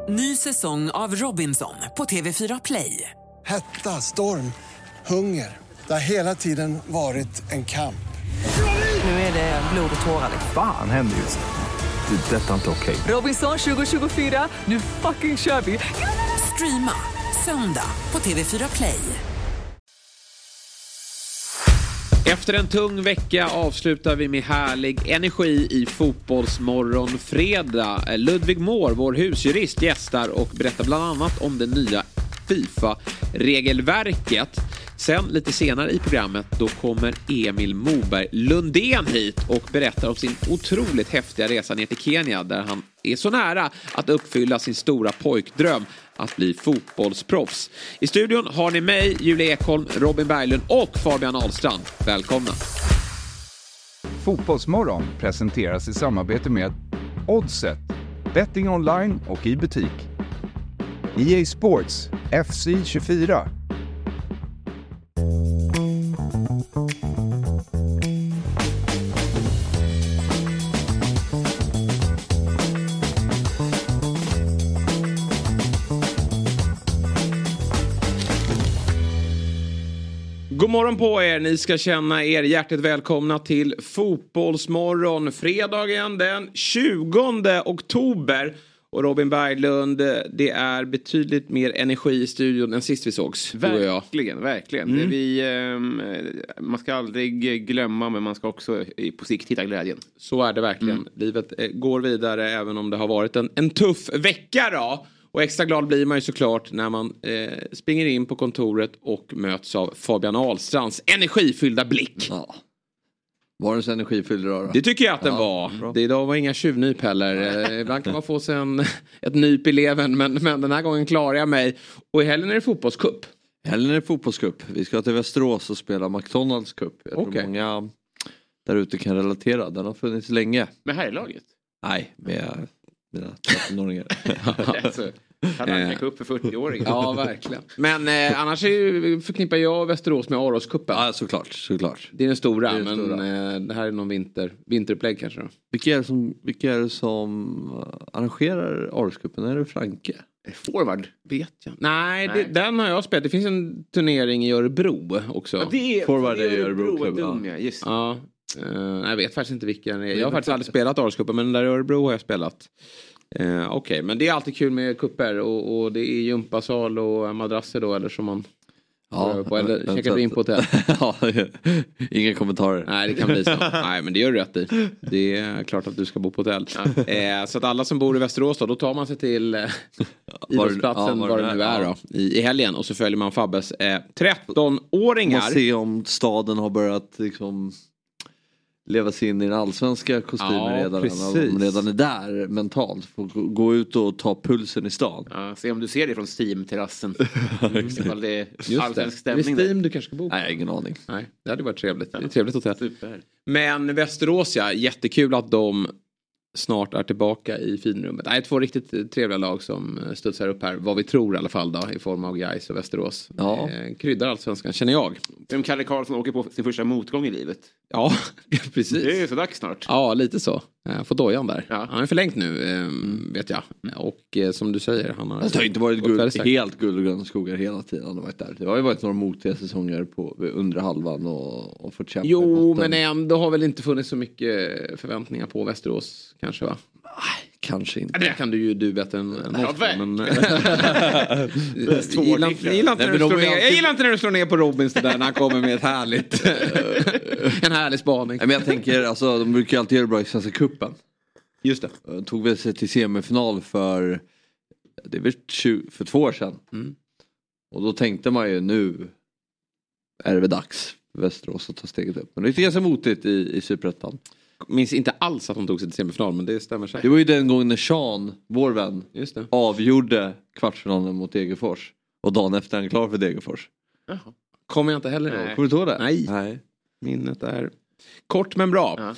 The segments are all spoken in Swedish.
Ny säsong av Robinson på TV4 Play. Hetta, storm, hunger. Det har hela tiden varit en kamp. Nu är det blod och tårar. Fan händer just nu. Det. Detta är inte okej. Robinson 2024, nu fucking kör vi. Streama söndag på TV4 Play. Efter en tung vecka avslutar vi med härlig energi i Fotbollsmorgon fredag. Ludvig Mohr, vår husjurist, gästar och berättar bland annat om det nya FIFA-regelverket. Sen lite senare i programmet då kommer Emil Moberg Lundén hit och berättar om sin otroligt häftiga resa ner till Kenya där han är så nära att uppfylla sin stora pojkdröm att bli fotbollsproffs. I studion har ni mig, Julia Ekholm, Robin Berglund och Fabian Ahlstrand. Välkomna! Fotbollsmorgon presenteras i samarbete med Oddset, betting online och i butik. EA Sports, FC 24. God morgon på er, ni ska känna er hjärtligt välkomna till Fotbollsmorgon fredagen den 20 oktober. Och Robin Berglund, det är betydligt mer energi i studion än sist vi sågs. Verkligen, verkligen. Man ska aldrig glömma, men man ska också på sikt hitta glädjen. Så är det verkligen. Livet går vidare även om det har varit en tuff vecka då. Och extra glad blir man ju såklart när man springer in på kontoret och möts av Fabian Ahlstrands energifyllda blick. Ja. Var den så energifylld då? Det tycker jag att den var. Det idag var inga tjuvnyp heller. Ibland kan man få sig ett nyp i leven, men den här gången klarar jag mig. Och i helgen är det fotbollscup. Helgen är det fotbollscup. Vi ska till Västerås och spela McDonalds Cup. Jag tror många där ute kan relatera. Den har funnits länge. Med herrlaget? Nej, med mina 13-åringar. Kalanka Cup för 40-åringar. Ja, verkligen. Men annars förknippar jag Västerås med Aroscupen. Ja, såklart. Det är den stora, det här är någon vinterupplägg kanske då. Vilka är det som arrangerar Aroscupen? Är det Franke? Forward? Vet jag. Nej. Den har jag spelat. Det finns en turnering i Örebro också. Ja, Forward är i Örebro. Ja. Jag vet faktiskt inte vilken. Jag har faktiskt aldrig spelat Aroscupen, men där i Örebro har jag spelat. Okej, men det är alltid kul med kupper och det är gympasal och madrasser då, eller som man eller checkar du in på hotell. Inga kommentarer. Nej, det kan bli så. Nej, men det gör du rätt i. Det är klart att du ska bo på hotell. Så att alla som bor i Västerås då tar man sig till idrottsplatsen var det nu är då, i helgen, och så följer man Fabbes 13-åringar. Man ser om staden har börjat liksom leva sig in i den allsvenska kostymen redan. De redan är där mentalt. Får gå ut och ta pulsen i stan. Ja, se om du ser det från Steam-terrassen. Ifall det är allsvensk Är stämning. det Steam du kanske ska bo på? Nej, ingen aning. Nej, det hade varit trevligt. Det är trevligt hotell. Super. Men Västerås, jättekul att de snart är tillbaka i finrummet. Det är två riktigt trevliga lag som studsar upp här. Vad vi tror i alla fall då, i form av Gais och Västerås. Ja. Kryddar allsvenskan, känner jag. Vem Kalle Karlsson åker på sin första motgång i livet? Ja, precis. Det är så dags snart. Ja, lite så. Får dojan där. Ja. Han är förlängt nu, vet jag. Och som du säger, han har... Det har inte varit helt guld och gröna skogar hela tiden. Han har varit där. Det har ju varit några motiga säsonger på under halvan och fått kämpa. Jo, men ändå har väl inte funnits så mycket förväntningar på Västerås, kanske, va? Nej, kanske inte. Det kan du bättre än ja, oss. Men... Jag gillar inte när du slår ner på Robins där när han kommer med ett härligt en härlig spaning. Men jag tänker, alltså, de brukar alltid göra bra i Svenska cupen. Just det. Tog väl sig till semifinal för 2 år sedan. Och då tänkte man ju, nu är det väl dags för Västerås att ta steget upp. Men det är ganska motigt i Superettan. Minns inte alls att de tog sig till semifinal, men det stämmer säkert. Det var ju den gången när Sean, vår vän, just det, avgjorde kvartsfinalen mot Degerfors. Och dagen efter är han klar för Degerfors. Jaha. Kommer jag inte heller ihåg. Kommer du ihåg det? Nej. Minnet är kort men bra. Ja.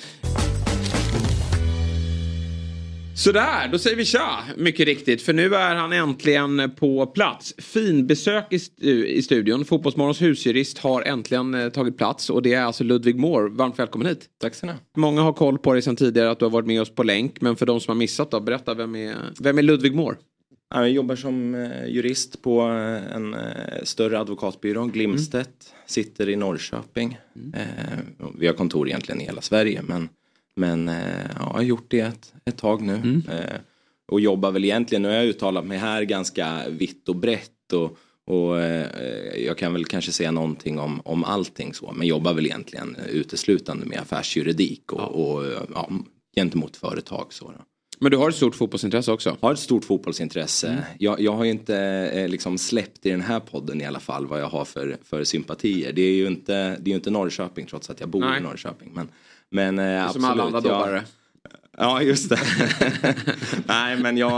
Sådär, då säger vi tja, mycket riktigt. För nu är han äntligen på plats. Finbesök i studion. Fotbollsmorgons husjurist har äntligen tagit plats. Och det är alltså Ludvig Mohr. Varmt välkommen hit. Tack så mycket. Många har koll på dig sedan tidigare att du har varit med oss på länk. Men för de som har missat då, berätta, vem är Ludvig Mohr? Jag jobbar som jurist på en större advokatbyrå, Glimstedt. Sitter i Norrköping. Vi har kontor egentligen i hela Sverige. Men jag har gjort det ett tag nu. Och jobbar väl egentligen, nu har jag uttalat mig här ganska vitt och brett. Och jag kan väl kanske säga någonting om allting så. Men jobbar väl egentligen uteslutande med affärsjuridik och gentemot företag så då. Men du har ett stort fotbollsintresse också? Jag har ett stort fotbollsintresse. Jag har ju inte liksom släppt i den här podden i alla fall vad jag har för sympatier. Det är ju inte Norrköping trots att jag bor i Norrköping. Men absolut. Som alla andra dobbare. Ja, just det. Nej, men jag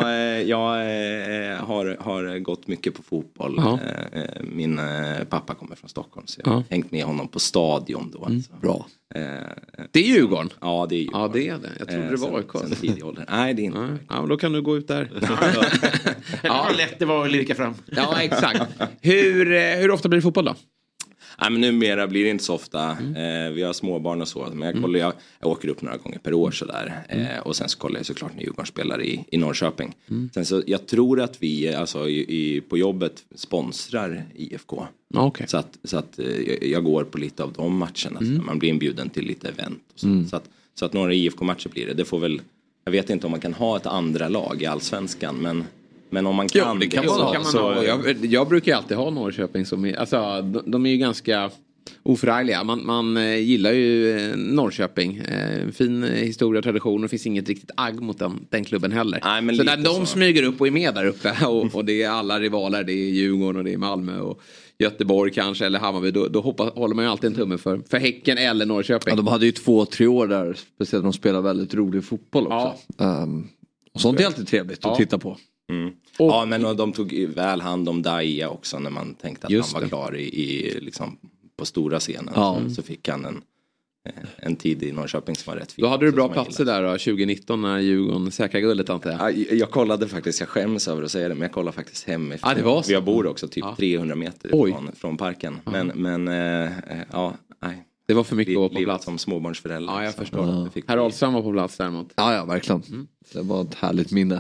har gått mycket på fotboll. Min pappa kommer från Stockholm så jag har hängt med honom på stadion då. Bra. Det är Djurgården? Ja, det är Djurgården. Ja, det är det. Jag trodde det var AIK. Sen tidig ålder. Nej, det är inte. Ja, men då kan du gå ut där. Ja, lätt det var att lirka fram. Ja, exakt. Hur ofta blir det fotboll då? Nej, men numera blir det inte så ofta. Vi har småbarn och så. Men jag åker upp några gånger per år sådär. Och sen så kollar jag såklart när Djurgården spelar i Norrköping. Sen så jag tror att vi alltså, på jobbet sponsrar IFK. Okay. Så att jag går på lite av de matcherna. Man blir inbjuden till lite event. Och så att några IFK-matcher blir det. Det får väl, jag vet inte om man kan ha ett andra lag i Allsvenskan. Men om man kan, det kan man ha. Jag brukar ju alltid ha Norrköping som alltså, de är ju ganska oförargliga. Man gillar ju Norrköping. Fin historia och tradition. Det finns inget riktigt agg mot den klubben heller. Nej, så när de smyger upp och är med där uppe och det är alla rivaler, det är Djurgården och det är Malmö och Göteborg kanske eller Hammarby, då håller man ju alltid en tumme för Häcken eller Norrköping. Ja, de hade ju 2-3 år där, speciellt de spelar väldigt rolig fotboll också. Och sånt är alltid trevligt att titta på. Ja, men de tog väl hand om Daia också när man tänkte att han var klar i liksom, på stora scenen. Så fick han en tid i Norrköping som var rätt fin. Då hade du bra platser där då, 2019 när Djurgården säkrar guldet antar jag. Jag kollade faktiskt, jag skäms över att säga det, men jag kollade faktiskt hemifrån. Det var så. Jag bor också typ 300 meter från parken. Men nej. Det var för mycket att vara på plats som småbarnsförälder. Ja, jag förstår. Herr Ahlström var på plats däremot. Ja, verkligen. Det var ett härligt minne.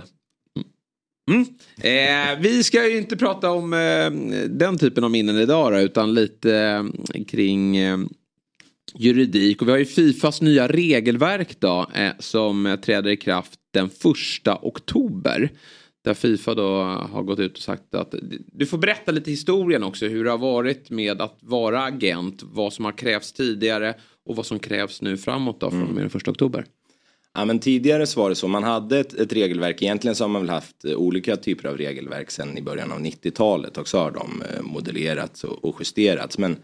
Vi ska ju inte prata om den typen av minnen idag då, utan lite kring juridik. Och vi har ju FIFAs nya regelverk då, som träder i kraft den 1 oktober. Där FIFA då har gått ut och sagt att du får berätta lite historien också. Hur det har varit med att vara agent. Vad som har krävts tidigare och vad som krävs nu framåt då, från den 1 oktober. Ja, men tidigare så var det så. Man hade ett regelverk. Egentligen så har man väl haft olika typer av regelverk sedan i början av 90-talet. Och så har de modellerats och justerats. Men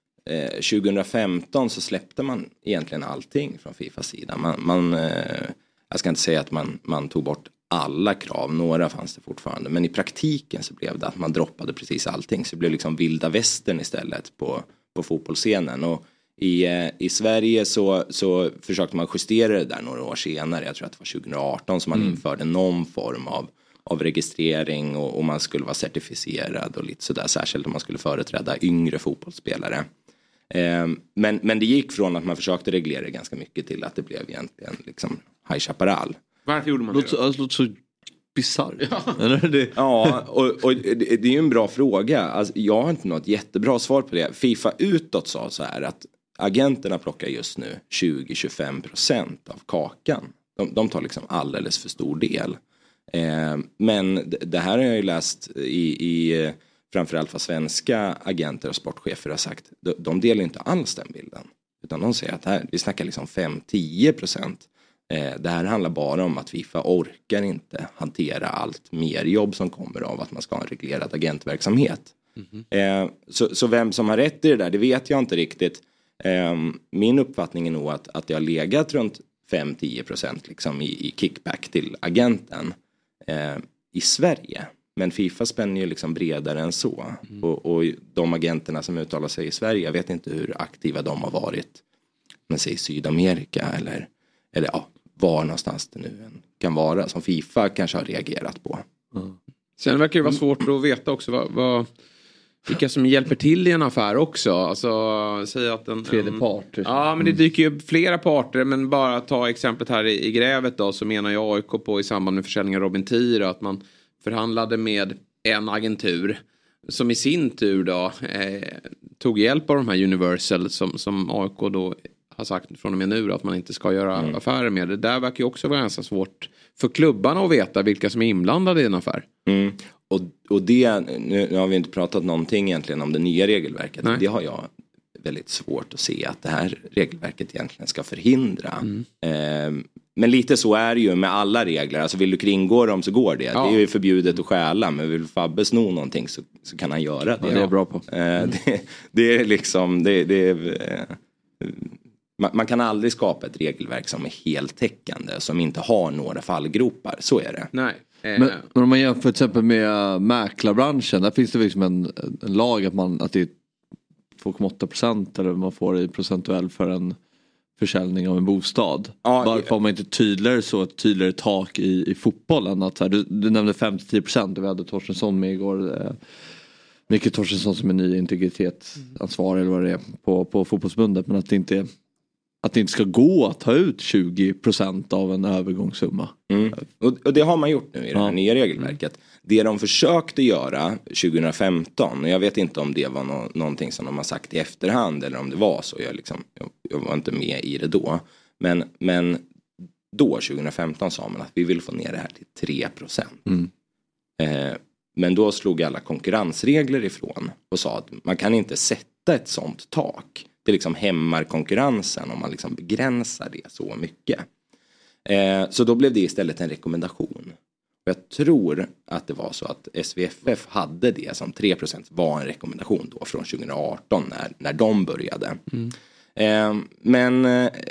2015 så släppte man egentligen allting från FIFAs sida. Jag ska inte säga att man tog bort alla krav. Några fanns det fortfarande. Men i praktiken så blev det att man droppade precis allting. Så det blev liksom vilda västern istället på fotbollsscenen. Och i Sverige så försökte man justera det där några år senare. Jag tror att det var 2018 som man införde någon form av registrering och man skulle vara certifierad och lite sådär, särskilt om man skulle företräda yngre fotbollsspelare. Men det gick från att man försökte reglera det ganska mycket till att det blev egentligen liksom High Chaparral. Varför gjorde man det? Det låter så bizarrt. Ja, och det är ju en bra fråga. Alltså, jag har inte något jättebra svar på det. FIFA utåt sa så här att agenterna plockar just nu 20-25% av kakan. De tar liksom alldeles för stor del. Men det här har jag ju läst i framförallt vad svenska agenter och sportchefer har sagt. De delar inte alls den bilden. Utan de säger att vi snackar liksom 5-10%. Det här handlar bara om att FIFA orkar inte hantera allt mer jobb som kommer av att man ska ha en reglerad agentverksamhet. Så vem som har rätt i det där, det vet jag inte riktigt. Min uppfattning är nog att det har legat runt 5-10% liksom i kickback till agenten i Sverige. Men FIFA spänner ju liksom bredare än så. Och de agenterna som uttalar sig i Sverige, jag vet inte hur aktiva de har varit. Men säg Sydamerika eller ja, var någonstans det nu kan vara som FIFA kanske har reagerat på. Sen verkar det vara svårt att veta också vilka som hjälper till i en affär också. Alltså säga att en tredje part. Ja, men det dyker ju upp flera parter, men bara ta exemplet här i grävet då, så menar jag AIK på i samband med försäljningen av Robin Tir att man förhandlade med en agentur som i sin tur då tog hjälp av de här Universal som AIK då har sagt från och med nu att man inte ska göra affärer med. Det där verkar ju också vara ganska svårt för klubbarna att veta vilka som är inblandade i en affär. Och det, nu har vi inte pratat någonting egentligen om det nya regelverket. Nej. Det har jag väldigt svårt att se att det här regelverket egentligen ska förhindra. Men lite så är det ju med alla regler. Alltså vill du kringgå dem så går det. Ja. Det är ju förbjudet att stjäla. Men vill Fabbe sno någonting så kan han göra det. Ja, det är bra på. Det är liksom... Man kan aldrig skapa ett regelverk som är heltäckande. Som inte har några fallgropar. Så är det. Nej. Men om man jämför till exempel med mäklarbranschen. Där finns det liksom en lag att det är 2,8% eller man får i procentuell för en försäljning av en bostad. Ja, varför har man inte ett tydligare tak i fotbollen? Att, du nämnde 5-10%. Vi hade Torstensson med igår. Micke Torstensson som är ny integritetsansvarig eller vad det är på fotbollsbundet. Men att det inte ska gå att ta ut 20% av en övergångssumma. Och det har man gjort nu i det här nya regelverket. Det de försökte göra 2015, och jag vet inte om det var någonting som de har sagt i efterhand eller om det var så, jag var inte med i det då. Men då 2015 sa man att vi vill få ner det här till 3%. Men då slog alla konkurrensregler ifrån och sa att man kan inte sätta ett sånt tak. Det liksom hämmar konkurrensen om man liksom begränsar det så mycket. Så då blev det istället en rekommendation. Och jag tror att det var så att SVFF hade det som 3% var en rekommendation då från 2018 när de började. Men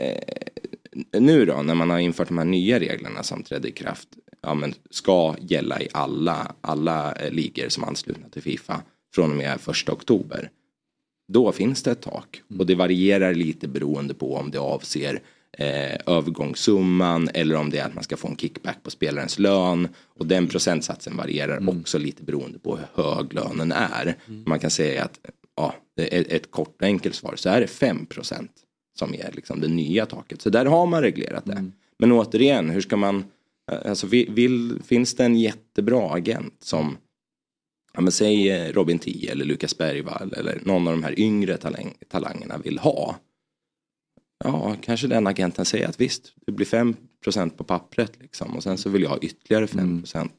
nu då när man har infört de här nya reglerna som trädde i kraft ska gälla i alla ligor som är anslutna till FIFA från och med 1 oktober. Då finns det ett tak. Och det varierar lite beroende på om det avser övergångssumman eller om det är att man ska få en kickback på spelarens lön. Och den procentsatsen varierar också lite beroende på hur hög lönen är. Man kan säga att ett kort och enkelt svar så är det 5% som är liksom det nya taket. Så där har man reglerat det. Men återigen, hur ska man... Alltså finns det en jättebra agent som... men säg Robin Tii eller Lukas Bergvall eller någon av de här yngre talangerna vill ha. Ja, kanske den agenten säger att visst, det blir 5% på pappret liksom. Och sen så vill jag ha ytterligare 5%.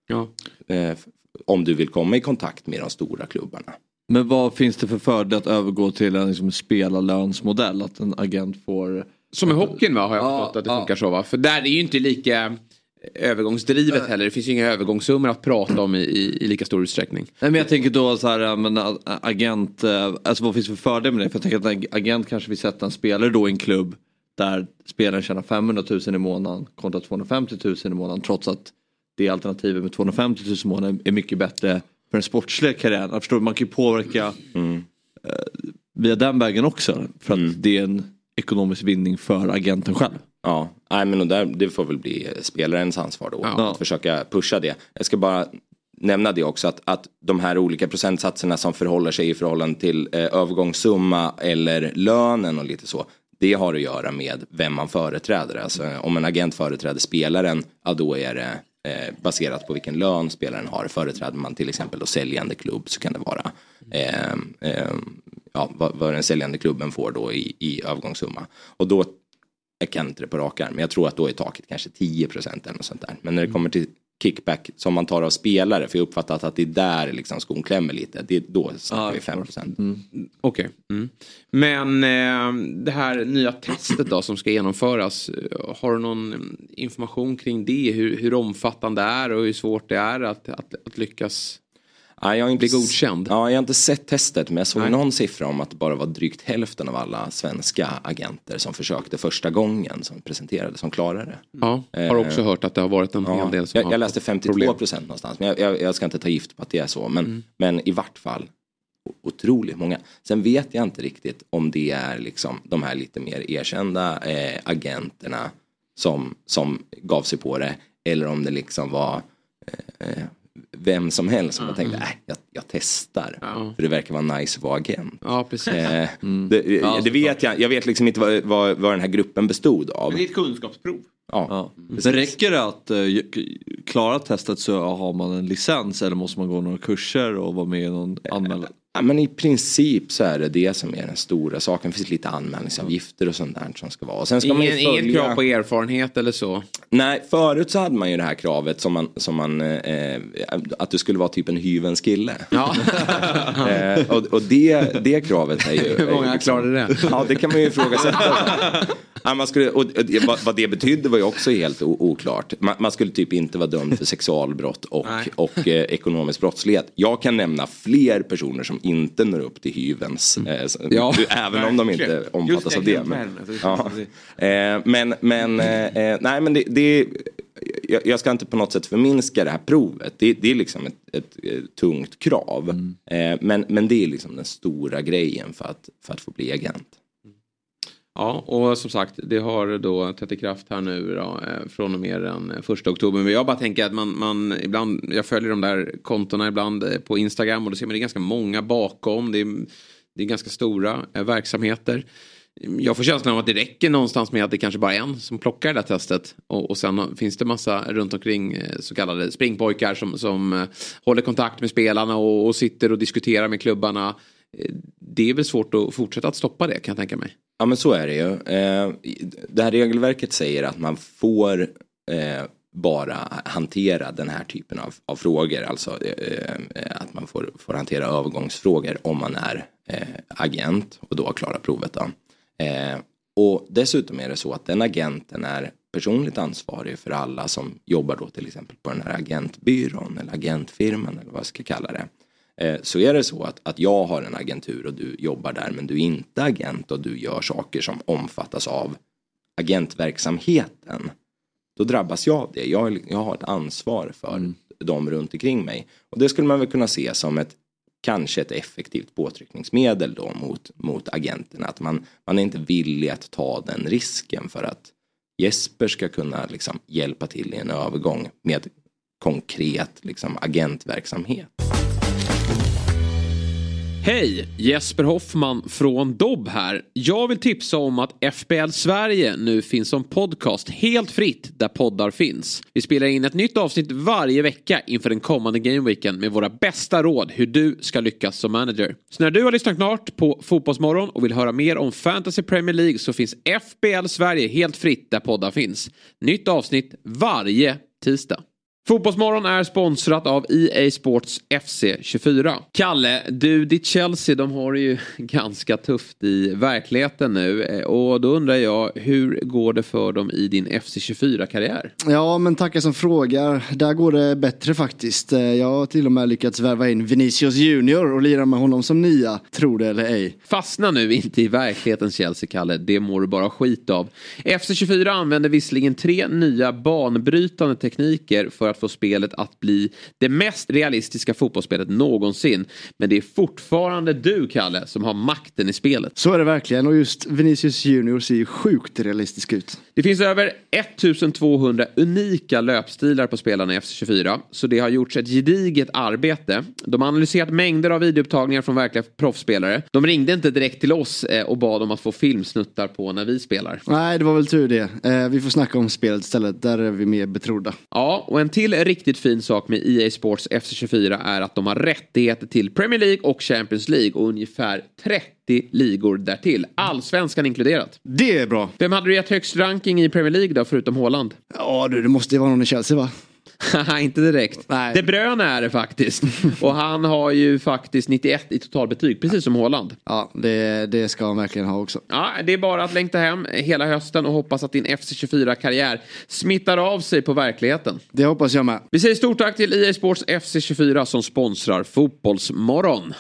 Om du vill komma i kontakt med de stora klubbarna. Men vad finns det för fördel att övergå till en liksom spelarlönsmodell? Att en agent får... Som i hockeyn har jag förstått att det funkar så va? För där är ju inte lika... övergångsdrivet heller. Det finns ju inga övergångssummor att prata om i lika stor utsträckning. Nej, men jag tänker då så här, men agent, alltså vad finns det för fördel med det? För jag tänker att en agent kanske vill sätta en spelare då i en klubb där spelaren tjänar 500 000 i månaden kontra 250 000 i månaden, trots att det alternativet med 250 000 i månaden är mycket bättre för en sportslig karriär. Jag förstår, man kan ju påverka via den vägen också, för att det är en ekonomisk vinning för agenten själv. Ja, men det får väl bli spelarens ansvar då att försöka pusha det. Jag ska bara nämna det också att de här olika procentsatserna som förhåller sig i förhållande till övergångssumma eller lönen och lite så, det har att göra med vem man företräder. Alltså om en agent företräder spelaren, då är det baserat på vilken lön spelaren har. Företräder man till exempel då säljande klubb, så kan det vara vad den säljande klubben får då i övergångssumma. Och då jag kan inte det på rak arm, men jag tror att då är taket kanske 10% eller något sånt där. Men när det kommer till kickback som man tar av spelare, för jag uppfattat att det är där liksom skon klämmer lite, det är då snackar vi 5%. Okej. Men det här nya testet då som ska genomföras, har du någon information kring det? Hur omfattande det är och hur svårt det är att lyckas bli godkänd? Ja, jag har inte sett testet, men jag såg någon siffra om att det bara var drygt hälften av alla svenska agenter som försökte första gången som presenterade som klarade. Ja, har också hört att det har varit en hel del som jag läste 52% någonstans, men jag ska inte ta gift på att det är så, men i vart fall otroligt många. Sen vet jag inte riktigt om det är liksom de här lite mer erkända agenterna som gav sig på det, eller om det liksom var vem som helst som jag tänkte, jag testar. För det verkar vara nice att vara agent. Ja, precis. Det vet jag. Jag vet liksom inte vad den här gruppen bestod av. Det är ett kunskapsprov. Ja. Men räcker det att klara testet så har man en licens eller måste man gå några kurser och vara med i någon anmälan? Ja, men i princip så är det som är den stora saken. Det finns lite anmälningsavgifter och sånt där som ska vara. Och sen ska ingen krav på erfarenhet eller så? Nej, förut så hade man ju det här kravet som man att du skulle vara typ en hyvens kille. Ja. och det kravet är ju... Hur många klarade det? Ja, det kan man ju ifrågasätta. Ja, vad det betydde var ju också helt oklart. Man skulle typ inte vara dömd för sexualbrott och ekonomisk brottslighet. Jag kan nämna fler personer som inte når upp till hyvens. Även om de inte omfattas av det. Men jag ska inte på något sätt förminska det här provet. Det är liksom ett tungt krav. Men det är liksom den stora grejen för att få bli agent. Ja, och som sagt, det har då trätt i kraft här nu då, från och med den 1 oktober. Men jag bara tänker att man ibland, jag följer de där kontona ibland på Instagram och då ser man det är ganska många bakom. Det är ganska stora verksamheter. Jag får känslan av att det räcker någonstans med att det kanske bara är en som plockar det där testet. Och sen finns det massa runt omkring så kallade springpojkar som håller kontakt med spelarna och sitter och diskuterar med klubbarna. Det är väl svårt att fortsätta att stoppa det, kan jag tänka mig. Ja, men så är det ju. Det här regelverket säger att man får bara hantera den här typen av frågor. Alltså att man får hantera övergångsfrågor om man är agent och då har klarat provet då. Och dessutom är det så att den agenten är personligt ansvarig för alla som jobbar då till exempel på den här agentbyrån eller agentfirman eller vad jag ska kalla det. Så är det så att jag har en agentur och du jobbar där men du är inte agent och du gör saker som omfattas av agentverksamheten, då drabbas jag av det. Jag har ett ansvar för dem runt omkring mig. Och det skulle man väl kunna se som kanske ett effektivt påtryckningsmedel då mot agenterna. Att man är inte villig att ta den risken för att Jesper ska kunna liksom hjälpa till i en övergång med konkret liksom agentverksamhet. Hej, Jesper Hoffman från Dobb här. Jag vill tipsa om att FBL Sverige nu finns som podcast helt fritt där poddar finns. Vi spelar in ett nytt avsnitt varje vecka inför den kommande gameweeken med våra bästa råd hur du ska lyckas som manager. Så när du har lyssnat klart på Fotbollsmorgon och vill höra mer om Fantasy Premier League så finns FBL Sverige helt fritt där poddar finns. Nytt avsnitt varje tisdag. Fotbollsmorgon är sponsrat av EA Sports FC24. Kalle, ditt Chelsea, de har det ju ganska tufft i verkligheten nu. Och då undrar jag, hur går det för dem i din FC24-karriär? Ja, men tackar som frågar. Där går det bättre faktiskt. Jag har till och med lyckats värva in Vinicius Junior och lira med honom som nia, tror det eller ej. Fastna nu inte i verklighetens Chelsea, Kalle. Det mår du bara skit av. FC24 använder visserligen 3 nya banbrytande tekniker för att få spelet att bli det mest realistiska fotbollsspelet någonsin. Men det är fortfarande du, Kalle, som har makten i spelet. Så är det verkligen, och just Vinicius Junior ser ju sjukt realistisk ut. Det finns över 1200 unika löpstilar på spelarna i FC24, så det har gjorts ett gediget arbete. De har analyserat mängder av videoupptagningar från verkliga proffsspelare. De ringde inte direkt till oss och bad om att få filmsnuttar på när vi spelar. Nej, det var väl tur det. Vi får snacka om spelet istället, där är vi mer betrodda. Ja, och en till riktigt fin sak med EA Sports FC24 är att de har rättigheter till Premier League och Champions League och ungefär 30 ligor därtill. Allsvenskan inkluderat. Det är bra. Vem hade du gett högst ranking i Premier League då, förutom Haaland? Ja du, det måste ju vara någon i Chelsea, va? Inte direkt. Nej. De Bruyne är det faktiskt. Och han har ju faktiskt 91 i totalbetyg, precis som Haaland. Ja, det ska han verkligen ha också. Ja, det är bara att längta hem hela hösten och hoppas att din FC24-karriär smittar av sig på verkligheten. Det hoppas jag med. Vi säger stort tack till EA Sports FC24 som sponsrar Fotbollsmorgon.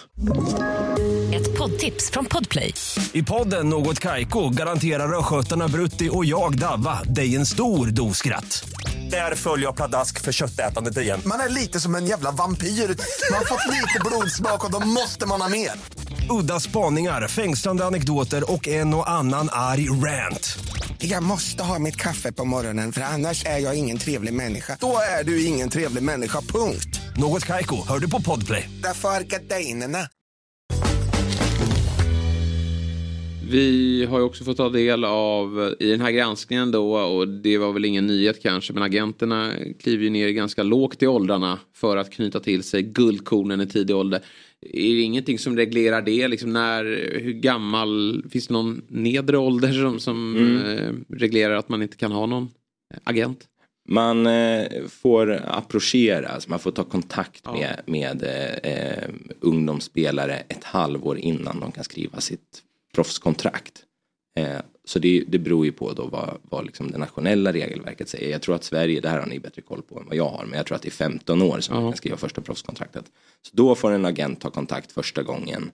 Ett poddtips från Podplay. I podden Något Kaiko garanterar röskötarna Brutti och jag Davva dig en stor doskratt. Där följer jag pladask för köttätandet igen. Man är lite som en jävla vampyr. Man har fått lite blodsmak och då måste man ha mer. Udda spaningar, fängslande anekdoter och en och annan arg rant. Jag måste ha mitt kaffe på morgonen för annars är jag ingen trevlig människa. Då är du ingen trevlig människa, punkt. Något Kaiko, hör du på Podplay. Därför är gardinerna. Vi har ju också fått ta del av i den här granskningen då, och det var väl ingen nyhet kanske, men agenterna kliver ju ner ganska lågt i åldrarna för att knyta till sig guldkornen i tidig ålder. Är det ingenting som reglerar det? Liksom hur gammal, finns det någon nedre ålder som reglerar att man inte kan ha någon agent? Man får approchera, alltså man får ta kontakt med ungdomsspelare ett halvår innan de kan skriva sitt proffskontrakt. Så det beror ju på då vad liksom det nationella regelverket säger. Jag tror att Sverige, det här har ni bättre koll på än vad jag har, men jag tror att det är 15 år som man kan skriva första proffskontraktet. Så då får en agent ta kontakt första gången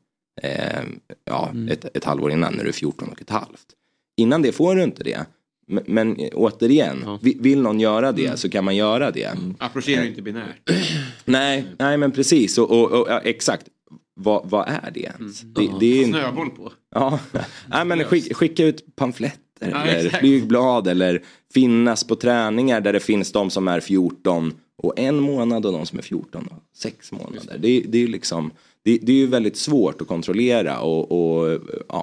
ett halvår innan, när du är 14 och ett halvt. Innan det får du inte det. Men återigen, vill någon göra det så kan man göra det. Approchera inte binär. Nej, men precis. Och exakt. Vad är det ens? Det är snöboll på. Ja, nej, men skicka ut pamfletter eller flygblad eller finnas på träningar där det finns de som är 14 och 1 månad och de som är 14 och 6 månader. Det är liksom det är ju väldigt svårt att kontrollera och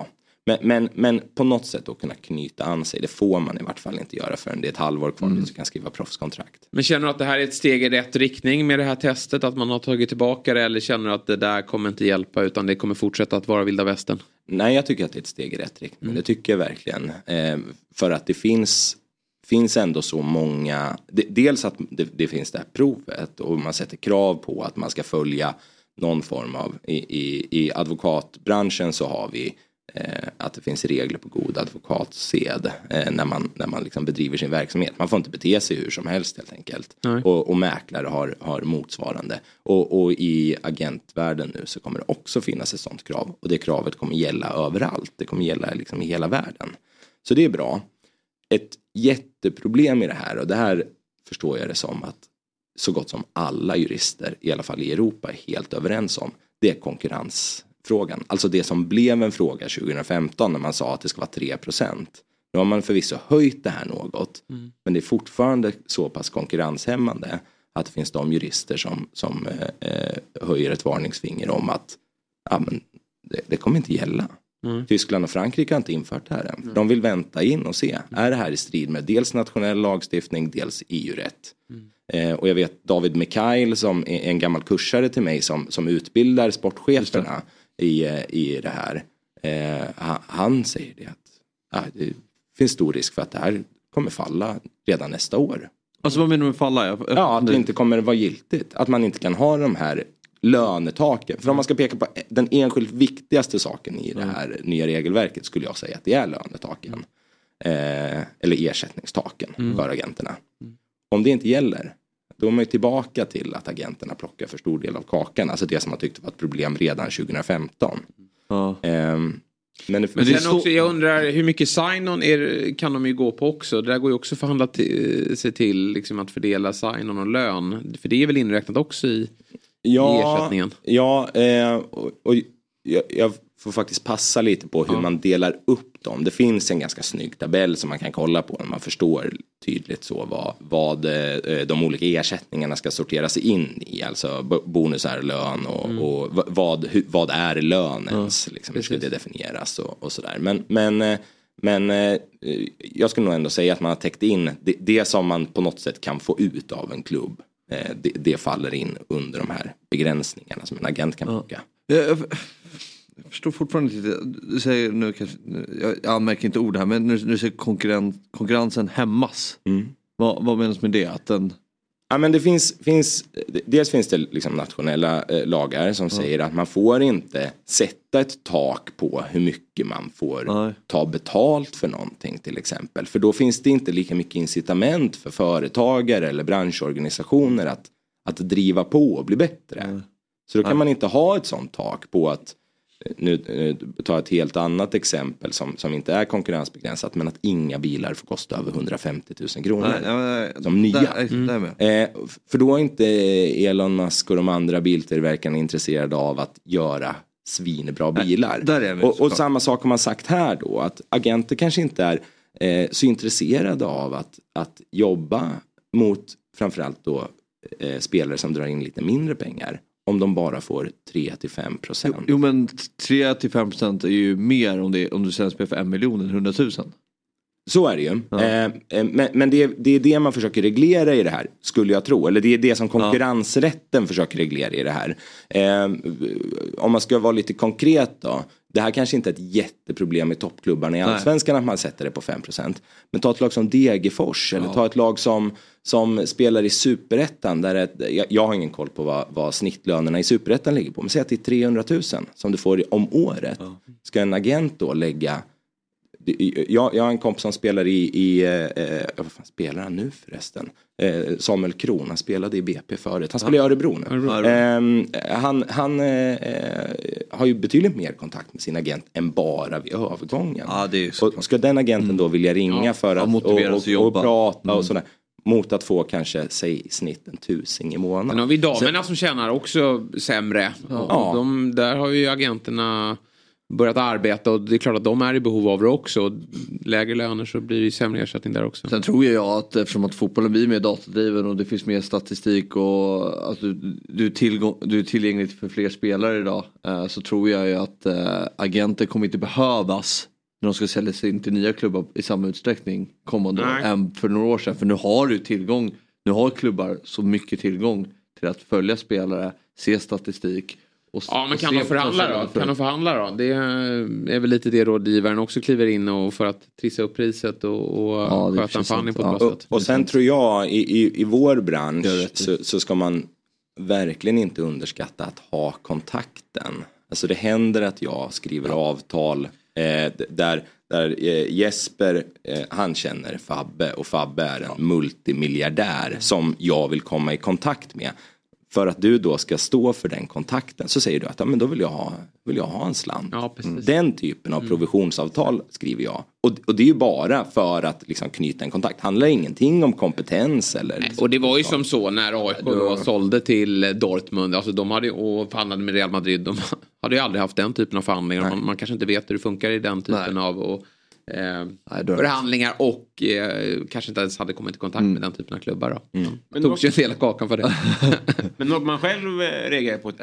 men på något sätt då kunna knyta an sig. Det får man i vart fall inte göra förrän det är ett halvår kvar så kan skriva proffskontrakt. Men känner du att det här är ett steg i rätt riktning med det här testet, att man har tagit tillbaka det, eller känner du att det där kommer inte hjälpa utan det kommer fortsätta att vara vilda västern? Nej, jag tycker att det är ett steg i rätt riktning. Det tycker jag verkligen. För att det finns ändå så många, dels att det finns det här provet och man sätter krav på att man ska följa någon form av, i advokatbranschen så har vi att det finns regler på god advokatsed när man liksom bedriver sin verksamhet. Man får inte bete sig hur som helst helt enkelt. Och mäklare har motsvarande. Och i agentvärlden nu så kommer det också finnas ett sånt krav. Och det kravet kommer gälla överallt. Det kommer gälla liksom i hela världen. Så det är bra. Ett jätteproblem i det här, och det här förstår jag det som att så gott som alla jurister, i alla fall i Europa, är helt överens om. Det är konkurrensfrågan. Alltså det som blev en fråga 2015 när man sa att det ska vara 3%. Nu har man förvisso höjt det här något. Men det är fortfarande så pass konkurrenshämmande att det finns de jurister som höjer ett varningsfinger om att men det kommer inte gälla. Tyskland och Frankrike har inte infört det här än. De vill vänta in och se. Är det här i strid med dels nationell lagstiftning, dels EU-rätt? Och jag vet David Mikhail som är en gammal kursare till mig som utbildar sportcheferna i det här. Han säger det att det finns stor risk för att det här kommer falla redan nästa år. Alltså vad menar du med falla? Att det inte kommer vara giltigt. Att man inte kan ha de här lönetaken. För om man ska peka på den enskilt viktigaste saken i det här nya regelverket skulle jag säga att det är lönetaken. Eller ersättningstaken för agenterna. Om det inte gäller, då är man ju tillbaka till att agenterna plockar för stor del av kakan. Alltså det som man tyckte var ett problem redan 2015. Men sen också, jag undrar hur mycket sign-on kan de ju gå på också. Det där går ju också förhandla sig till liksom, att fördela sign-on och lön. För det är väl inräknat också i ersättningen. Ja, och jag får faktiskt passa lite på hur man delar upp dem. Det finns en ganska snygg tabell som man kan kolla på när man förstår tydligt så vad de olika ersättningarna ska sorteras in i. Alltså bonusar, lön och vad är lönens liksom, hur ska det definieras och sådär. Men jag skulle nog ändå säga att man har täckt in det som man på något sätt kan få ut av en klubb. Det faller in under de här begränsningarna som en agent kan plocka. Jag förstår fortfarande inte. Du säger nu kanske, jag anmärker inte ord här, men när du säger konkurrensen hämmas. Vad menas med det? Att den... Ja, men det finns dels finns det liksom nationella lagar som säger att man får inte sätta ett tak på hur mycket man får ta betalt för någonting till exempel. För då finns det inte lika mycket incitament för företagare eller branschorganisationer att driva på och bli bättre. Så då kan man inte ha ett sånt tak på att nu ta ett helt annat exempel som inte är konkurrensbegränsat, men att inga bilar får kosta över 150 000 kronor som nya. För då är inte Elon Musk och de andra biltillverkarna intresserade av att göra svinbra bilar. Och samma sak har man sagt här då, att agenter kanske inte är så intresserade av att jobba mot framförallt då spelare som drar in lite mindre pengar. om de bara får 3-5%. Jo, men 3-5% är ju mer om du sen spelar för 1 miljon än 100 000. Så är det ju. Ja. Men det är det man försöker reglera i det här, skulle jag tro. Eller det är det som konkurrensrätten försöker reglera i det här. Om man ska vara lite konkret då. Det här kanske inte är ett jätteproblem i toppklubbarna i Allsvenskan att man sätter det på 5%. Men ta ett lag som Degerfors eller ta ett lag som spelar i Superettan. Där jag har ingen koll på vad snittlönerna i Superettan ligger på. Men säg att det är 300 000 som du får om året. Ska en agent då lägga... Jag har en kompis som spelar vad fan spelar han nu förresten? Samuel Kron, han spelade i BP förut. Han spelar i Örebro nu. Han har ju betydligt mer kontakt med sin agent än bara vid övergången. Ja, det är och ska den agenten då vilja ringa för att och prata och sådär, mot att få kanske säg i snitt 1000 i månaden. Men har vi damerna som tjänar också sämre. Och där har ju agenterna börjat arbeta och det är klart att de är i behov av det också. Lägre löner så blir det sämre ersättning där också. Sen tror jag att eftersom att fotbollen blir mer datadriven och det finns mer statistik och att du är tillgänglig för fler spelare idag, så tror jag ju att agenter kommer inte behövas när de ska sälja sig in till nya klubbar i samma utsträckning kommande år än för några år sedan. För nu har du tillgång, nu har klubbar så mycket tillgång till att följa spelare, se statistik. Men kan de förhandla då? Det är väl lite det rådgivaren också kliver in och för att trissa upp priset och sköta en förhandling på ett bra sätt. Och sen tror jag i vår bransch så ska man verkligen inte underskatta att ha kontakten. Alltså det händer att jag skriver avtal där Jesper han känner Fabbe och Fabbe är en multimiljardär som jag vill komma i kontakt med. För att du då ska stå för den kontakten så säger du att men då vill jag ha en slant. Ja, den typen av provisionsavtal skriver jag. Och det är ju bara för att liksom knyta en kontakt. Handlar ingenting om kompetens eller... Nej, och det var ju som så när AIK då sålde till Dortmund. Alltså de hade och förhandlade med Real Madrid. De hade ju aldrig haft den typen av förhandlingar. Man kanske inte vet hur det funkar i den typen av... förhandlingar och kanske inte ens hade kommit i kontakt med den typen av klubbar då. Men tog ju hela kakan för det. Men något man själv reagerar på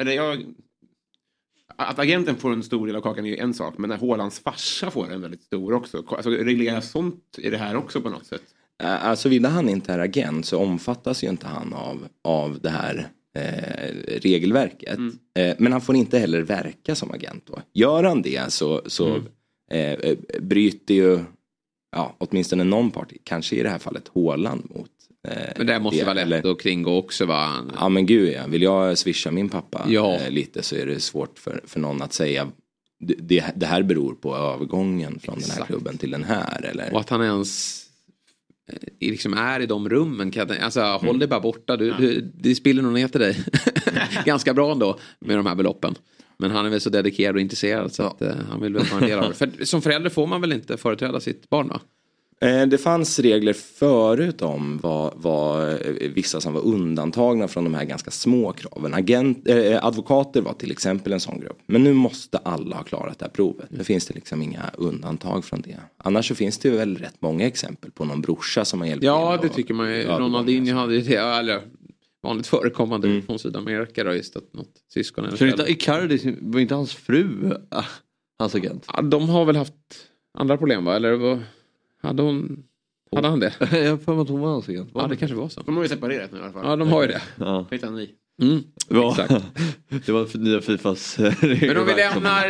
att agenten får en stor del av kakan är ju en sak, men när Haalands farsa får en väldigt stor också, alltså regleras sånt i det här också på något sätt? Alltså vill han inte är agent så omfattas ju inte han av det här regelverket. Men han får inte heller verka som agent då. Gör han det så bryter ju åtminstone någon parti, kanske i det här fallet Haaland mot men det måste vara lätt att kringgå också va? Ja men gud vill jag swisha min pappa lite så är det svårt för någon att säga det här beror på övergången från den här klubben till den här eller? Och att han ens liksom är i de rummen håll dig bara borta det spiller nog ner till dig ganska bra ändå med de här beloppen. Men han är väl så dedikerad och intresserad så att han vill väl vara en del av det. För som förälder får man väl inte företräda sitt barn va? Det fanns regler förut om vad vissa som var undantagna från de här ganska små kraven. Advokater var till exempel en sån grupp. Men nu måste alla ha klarat det här provet. Nu finns det liksom inga undantag från det. Annars så finns det ju väl rätt många exempel på någon brorsa som har hjälpt. Ja, det tycker man ju. Ronaldinho hade ju det. Eller vanligt förekommande från Sydamerika då, just att något syskon eller förälder. Icardi var inte hans fru hans agent? Ja, de har väl haft andra problem va? Eller hade han det? Jag får att hon var hans agent. Ja, det kanske var så. De har ju separerat nu i alla fall. Ja, de har ju det. Ja. Exakt. Det var för nya Fifas men om vi lämnar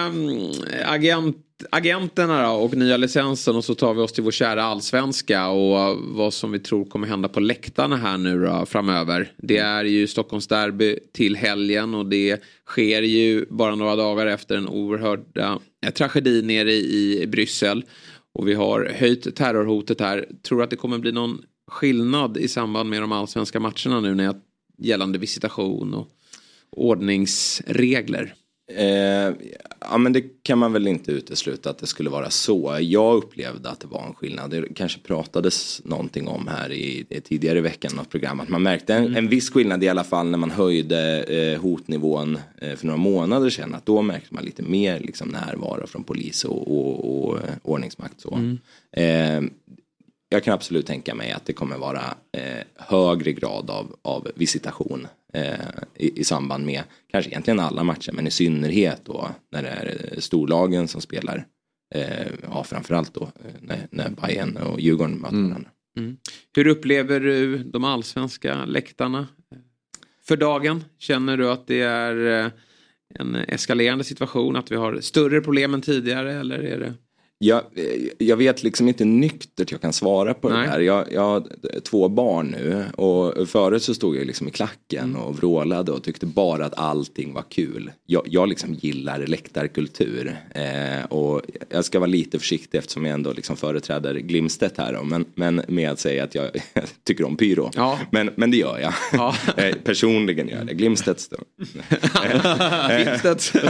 agenterna då, och nya licensen och så tar vi oss till vår kära allsvenska och vad som vi tror kommer hända på läktarna här nu då, framöver. Det är ju Stockholms derby till helgen och det sker ju bara några dagar efter en oerhörd tragedi nere i Bryssel. Och vi har höjt terrorhotet här. Tror att det kommer bli någon skillnad i samband med de allsvenska matcherna nu när gällande visitation och ordningsregler? Ja men det kan man väl inte utesluta att det skulle vara så. Jag upplevde att det var en skillnad. Det kanske pratades någonting om här i tidigare i veckan av programmet. Man märkte en viss skillnad i alla fall när man höjde hotnivån för några månader sedan. Att då märkte man lite mer liksom närvaro från polis och ordningsmakt. Så. jag kan absolut tänka mig att det kommer vara högre grad av visitation i samband med kanske egentligen alla matcher, men i synnerhet då när det är storlagen som spelar. Framförallt då när Bayern och Djurgården möter varandra. Hur upplever du de allsvenska läktarna för dagen? Känner du att det är en eskalerande situation, att vi har större problem än tidigare, eller är det... Jag vet liksom inte nyktert jag kan svara på det här. Jag har 2 barn nu och förut så stod jag liksom i klacken och vrålade och tyckte bara att allting var kul. Jag liksom gillar läktarkultur och jag ska vara lite försiktig eftersom jag ändå liksom företräder Glimstedt här då, men med att säga att jag tycker om pyro. Ja. Men det gör jag. Ja. Personligen gör jag det. Glimstedts då. Glimstedts.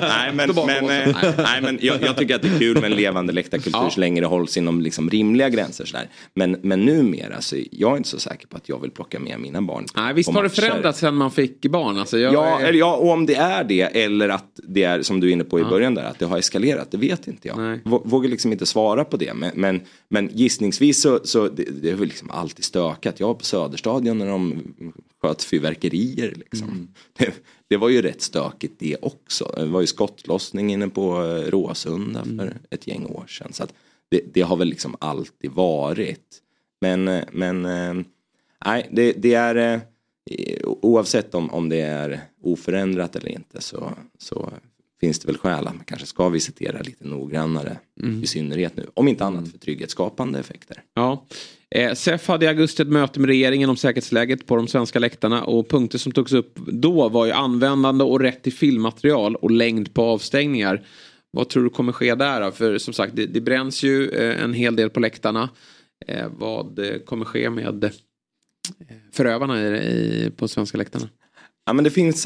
Nej, men jag tycker att det är kul med en levande läktarkultur så länge det hålls inom liksom rimliga gränser sådär. Men numera så jag är inte så säker på att jag vill plocka med mina barn. Nej, visst har det förändrats sen man fick barn. Alltså och om det är det, eller att det är som du är inne på i början där, att det har eskalerat, det vet inte jag. Vågar liksom inte svara på det. Men gissningsvis så det är väl liksom alltid stökat. Jag var på Söderstadion när de sköt fyrverkerier liksom. Det var ju rätt stökigt det också. Det var ju skottlossning inne på Råsunda för ett gäng år sedan. Så att det har väl liksom alltid varit. Men nej, det är oavsett om det är oförändrat eller inte så finns det väl skäl att man kanske ska visitera lite noggrannare i synnerhet nu. Om inte annat för trygghetsskapande effekter. Ja. SEF hade i augusti ett möte med regeringen om säkerhetsläget på de svenska läktarna, och punkter som togs upp då var ju användande och rätt till filmmaterial och längd på avstängningar. Vad tror du kommer ske där då? För som sagt, det bränns ju en hel del på läktarna. Vad kommer ske med förövarna på svenska läktarna? Ja, men det finns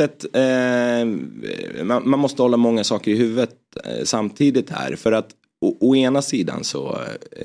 man måste hålla många saker i huvudet samtidigt här, för att å ena sidan så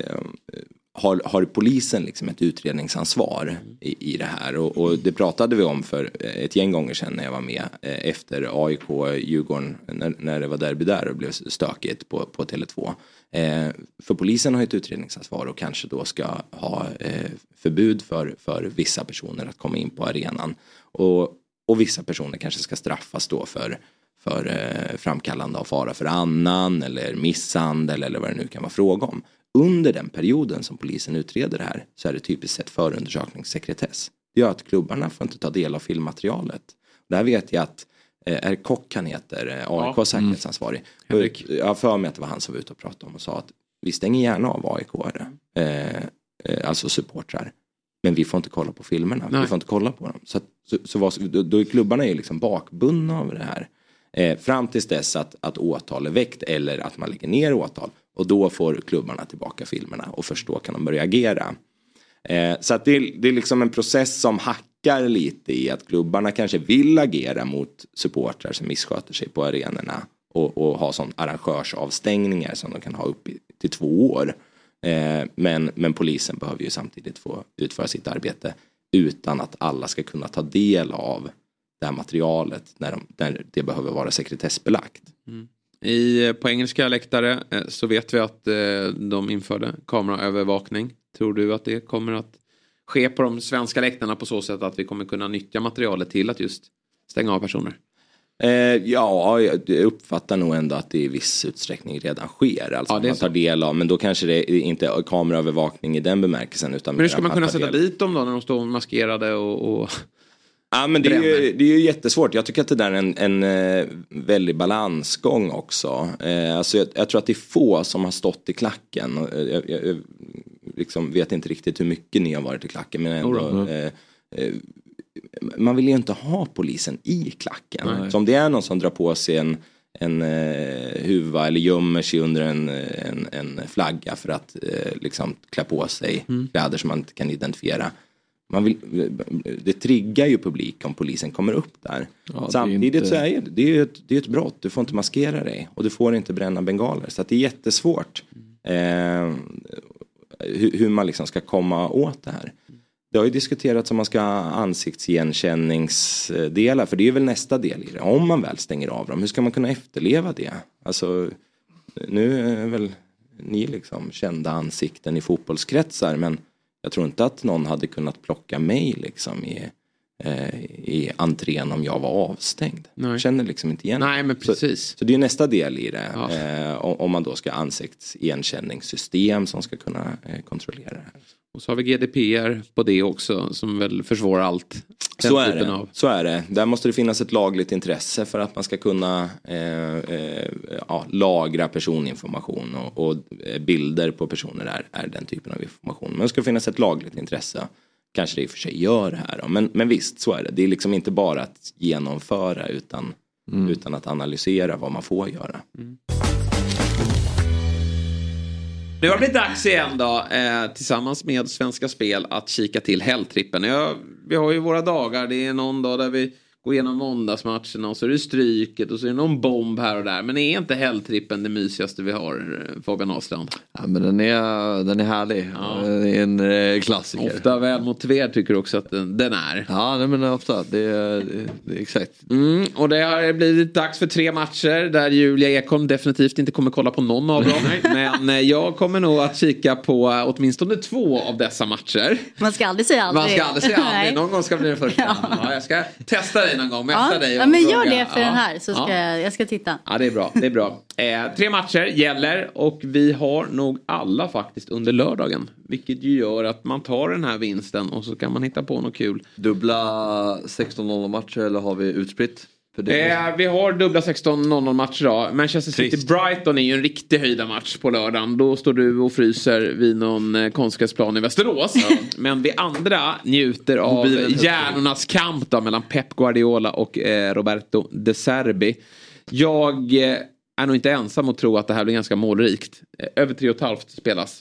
har polisen liksom ett utredningsansvar i det här, och det pratade vi om för ett gäng gånger sedan när jag var med efter AIK Djurgården när det var derby där och blev stökigt på Tele2. För polisen har ett utredningsansvar och kanske då ska ha förbud för vissa personer att komma in på arenan, och vissa personer kanske ska straffas då för framkallande av fara för annan eller misshandel eller vad det nu kan vara fråga om. Under den perioden som polisen utreder det här så är det typiskt sett förundersökningssekretess. Det gör att klubbarna får inte ta del av filmmaterialet. Där vet jag att Kock, han heter AIK säkerhetsansvarig. Jag har för mig att det var han som var ute och pratade om och sa att vi stänger gärna av AIK-are, alltså supportrar. Men vi får inte kolla på filmerna. Nej. Vi får inte kolla på dem. Då är klubbarna ju liksom bakbundna av det här. Fram tills dess att åtal är väckt eller att man lägger ner åtal. Och då får klubbarna tillbaka filmerna och först då kan de börja agera. Så att det är liksom en process som hackar lite i att klubbarna kanske vill agera mot supportrar som missköter sig på arenorna. Och ha sån arrangörsavstängningar som de kan ha upp till 2 år. Men polisen behöver ju samtidigt få utföra sitt arbete utan att alla ska kunna ta del av det här materialet när det behöver vara sekretessbelagt. På engelska läktare så vet vi att de införde kameraövervakning. Tror du att det kommer att ske på de svenska läktarna på så sätt att vi kommer kunna nyttja materialet till att just stänga av personer? Ja, jag uppfattar nog ändå att det i viss utsträckning redan sker. Alltså man tar del av, men då kanske det inte är kameraövervakning i den bemärkelsen. Utan men hur ska man kunna sätta dit dem då när de står maskerade och... Ja, men det är ju jättesvårt. Jag tycker att det där är en väldig balansgång också. Alltså jag tror att det är få som har stått i klacken. Jag liksom vet inte riktigt hur mycket ni har varit i klacken, men ändå... man vill ju inte ha polisen i klacken. Nej. Så om det är någon som drar på sig en huva eller gömmer sig under en flagga för att liksom klä på sig kläder som man inte kan identifiera. Det triggar ju publik om polisen kommer upp där. Ja, samtidigt så är det är ett brott. Du får inte maskera dig och du får inte bränna bengaler. Så att det är jättesvårt hur man liksom ska komma åt det här. Det har ju diskuterats om man ska ha ansiktsigenkänningsdelar, för det är väl nästa del i det. Om man väl stänger av dem, hur ska man kunna efterleva det? Alltså, nu är väl ni liksom kända ansikten i fotbollskretsar, men jag tror inte att någon hade kunnat plocka mig liksom i entrén om jag var avstängd. Jag känner liksom inte igen. Nej, men precis. Så det är nästa del i det. Om man då ska ha ansiktsigenkänningssystem som ska kunna kontrollera det här. Och så har vi GDPR på det också som väl försvårar allt. Så är det. Där måste det finnas ett lagligt intresse för att man ska kunna lagra personinformation och bilder på personer är den typen av information. Men det ska finnas ett lagligt intresse. Kanske det i och för sig gör det här. Men visst, så är det. Det är liksom inte bara att genomföra utan att analysera vad man får göra. Det har blivit dags igen då, tillsammans med Svenska Spel att kika till helgtrippen. Vi har ju våra dagar, det är någon dag där vi går igenom måndagsmatcherna och så är det stryket och så är det någon bomb här och där. Men är inte helgtrippen det mysigaste vi har, Fabian Åstrand? Ja, men den är härlig. Ja. Det är en klassiker. Ofta väl motiverad tycker du också att den är. Ja, men ofta. Det är exakt. Och det har blivit dags för 3 matcher där Julia Ekholm definitivt inte kommer kolla på någon av dem. Men jag kommer nog att kika på åtminstone 2 av dessa matcher. Man ska aldrig säga aldrig. Man ska aldrig säga aldrig. Någon gång ska bli den första. Ja, jag ska testa dig någon gång. Dig ja, men gör det för den här så ska jag ska titta. Ja, det är bra. 3 matcher gäller och vi har nog alla faktiskt under lördagen. Vilket ju gör att man tar den här vinsten och så kan man hitta på något kul. Dubbla 16-0 matcher eller har vi utspritt? Vi har dubbla 16-0 matcher då. Manchester City-Brighton är ju en riktig höjda match på lördagen. Då står du och fryser vid någon konstgräsplan i Västerås. Men vi andra njuter av hjärnornas kamp då, mellan Pep Guardiola och Roberto De Zerbi. Jag är nog inte ensam att tro att det här blir ganska målrikt. Över 3,5 spelas.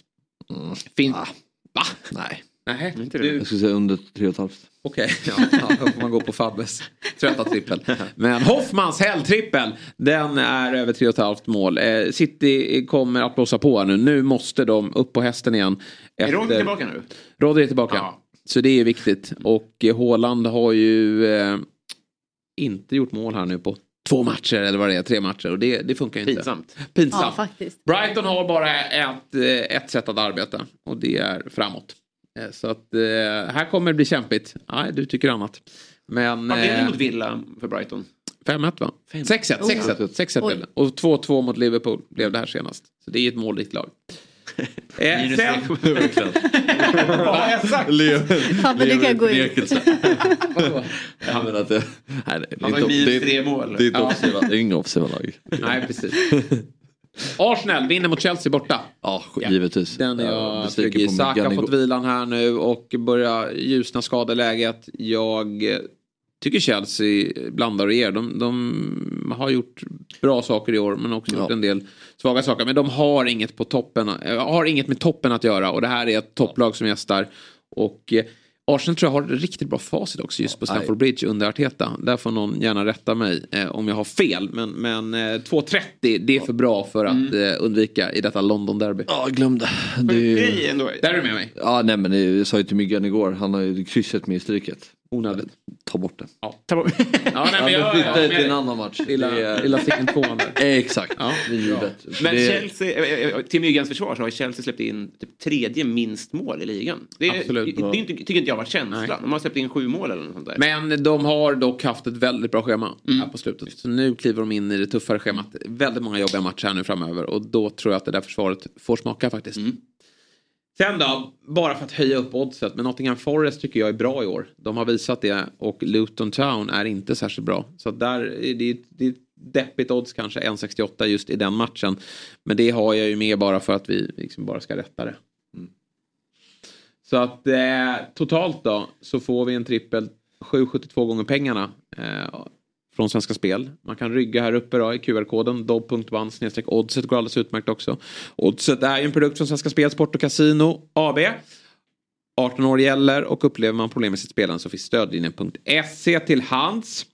Va? Nej. Jag skulle säga under 3,5. Okej, då får man gå på Fabbes trötta trippel. Men Hoffmans helgtrippel, den är över 3,5 mål. City kommer att blåsa på nu. Nu måste de upp på hästen igen. Är Rodri tillbaka nu? Rodri är tillbaka. Ja. Så det är viktigt. Och Haaland har ju inte gjort mål här nu på 2 matcher eller vad det är, 3 matcher. Och det funkar ju inte. Pinsamt. Ja, faktiskt. Brighton har bara ett sätt att arbeta. Och det är framåt. Så att här kommer det bli kämpigt. Nej, du tycker annat. Men vad blev det mot Villa för Brighton? 5-1 va? 6-1. Och 2-2 mot Liverpool blev det här senast. Så det är ett målrikt lag. Minus 7. Vad jag sagt? Pappa, det kan gå in. Ja, men att det är minus 3 mål. Det är inga offensiva lag. Nej, precis. Arsenal vinner mot Chelsea borta. Ja, givetvis. Den är jag trygg i. Saka har fått vilan här nu och börjar ljusna skadeläget. Jag tycker Chelsea blandar och ger. De har gjort bra saker i år men också gjort en del svaga saker. Men de har inget på toppen. Har inget med toppen att göra och det här är ett topplag som gästar. Och Arsenal tror jag har riktigt bra facit också just på Stamford Bridge under Arteta. Där får någon gärna rätta mig om jag har fel. Men 2.30 det är för bra för att undvika i detta London derby. Ja, glöm det. Där är du med mig. Ja, nej men det sa ju till Myggan igår. Han har ju kryssat med i stryket. Onödigt. Ta bort det. Ja, ta bort. Ja, nej, men jag flyttar till en annan match. Lilla sticken 2 Exakt. Ja. Men Chelsea, till Myggans försvar så har Chelsea släppt in typ 3:e minst mål i ligan. Absolut. Det tycker inte jag var känslan. De har släppt in 7 mål eller något sånt där. Men de har dock haft ett väldigt bra schema här på slutet. Så nu kliver de in i det tuffare schemat. Väldigt många jobbiga matcher här nu framöver. Och då tror jag att det där försvaret får smaka faktiskt. Sen då, bara för att höja upp oddset. Men Nottingham Forest tycker jag är bra i år. De har visat det. Och Luton Town är inte särskilt bra. Så där är det deppigt odds kanske 1,68 just i den matchen. Men det har jag ju med bara för att vi liksom bara ska rätta det. Så att totalt då så får vi en trippel 7,72 gånger pengarna från Svenska Spel. Man kan rygga här uppe då i QR-koden dobb.1/oddset går alldeles utmärkt också. Oddset är ju en produkt från Svenska Spel, Sport och Casino AB. 18 år gäller och upplever man problem med sitt spelande så finns stödlinjen.se till hands.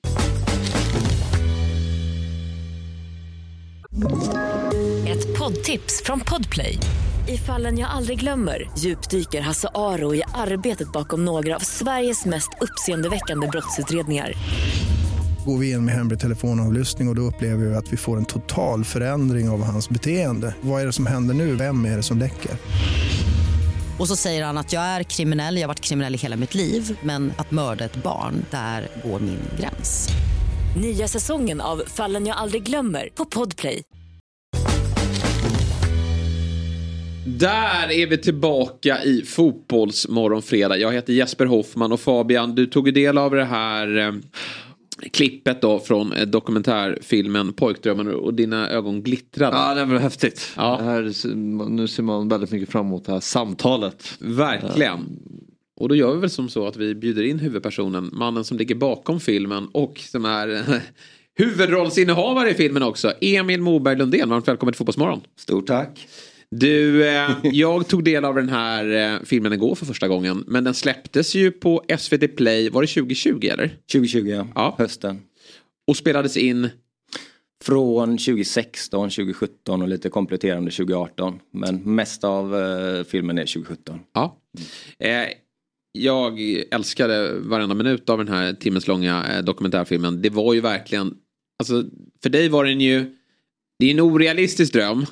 Ett poddtips från Podplay. I Fallen jag aldrig glömmer djupdyker Hasse Aro i arbetet bakom några av Sveriges mest uppseendeväckande brottsutredningar. Går vi in med hemlig telefonavlyssning och då upplever vi att vi får en total förändring av hans beteende. Vad är det som händer nu? Vem är det som läcker? Och så säger han att jag är kriminell, jag har varit kriminell i hela mitt liv. Men att mörda ett barn, där går min gräns. Nya säsongen av Fallen jag aldrig glömmer på Podplay. Där är vi tillbaka i Fotbollsmorgonfredag. Jag heter Jesper Hoffman och Fabian, du tog del av det här klippet då från dokumentärfilmen Pojkdrömmen och dina ögon glittrade. Ja, det var häftigt. Ja. Det här, nu ser man väldigt mycket fram emot det här samtalet. Verkligen. Och då gör vi väl som så att vi bjuder in huvudpersonen, mannen som ligger bakom filmen och som är huvudrollsinnehavare i filmen också, Emil Moberg Lundén. Varmt välkommen till Fotbollsmorgon. Stort tack. Du, jag tog del av den här filmen igår för första gången. Men den släpptes ju på SVT Play, var det 2020 eller? 2020, ja. Hösten. Och spelades in? Från 2016, 2017 och lite kompletterande 2018. Men mest av filmen är 2017. Ja. Jag älskade varenda minut av den här timmens långa dokumentärfilmen. Det var ju verkligen, alltså för dig var den ju, det är en orealistisk dröm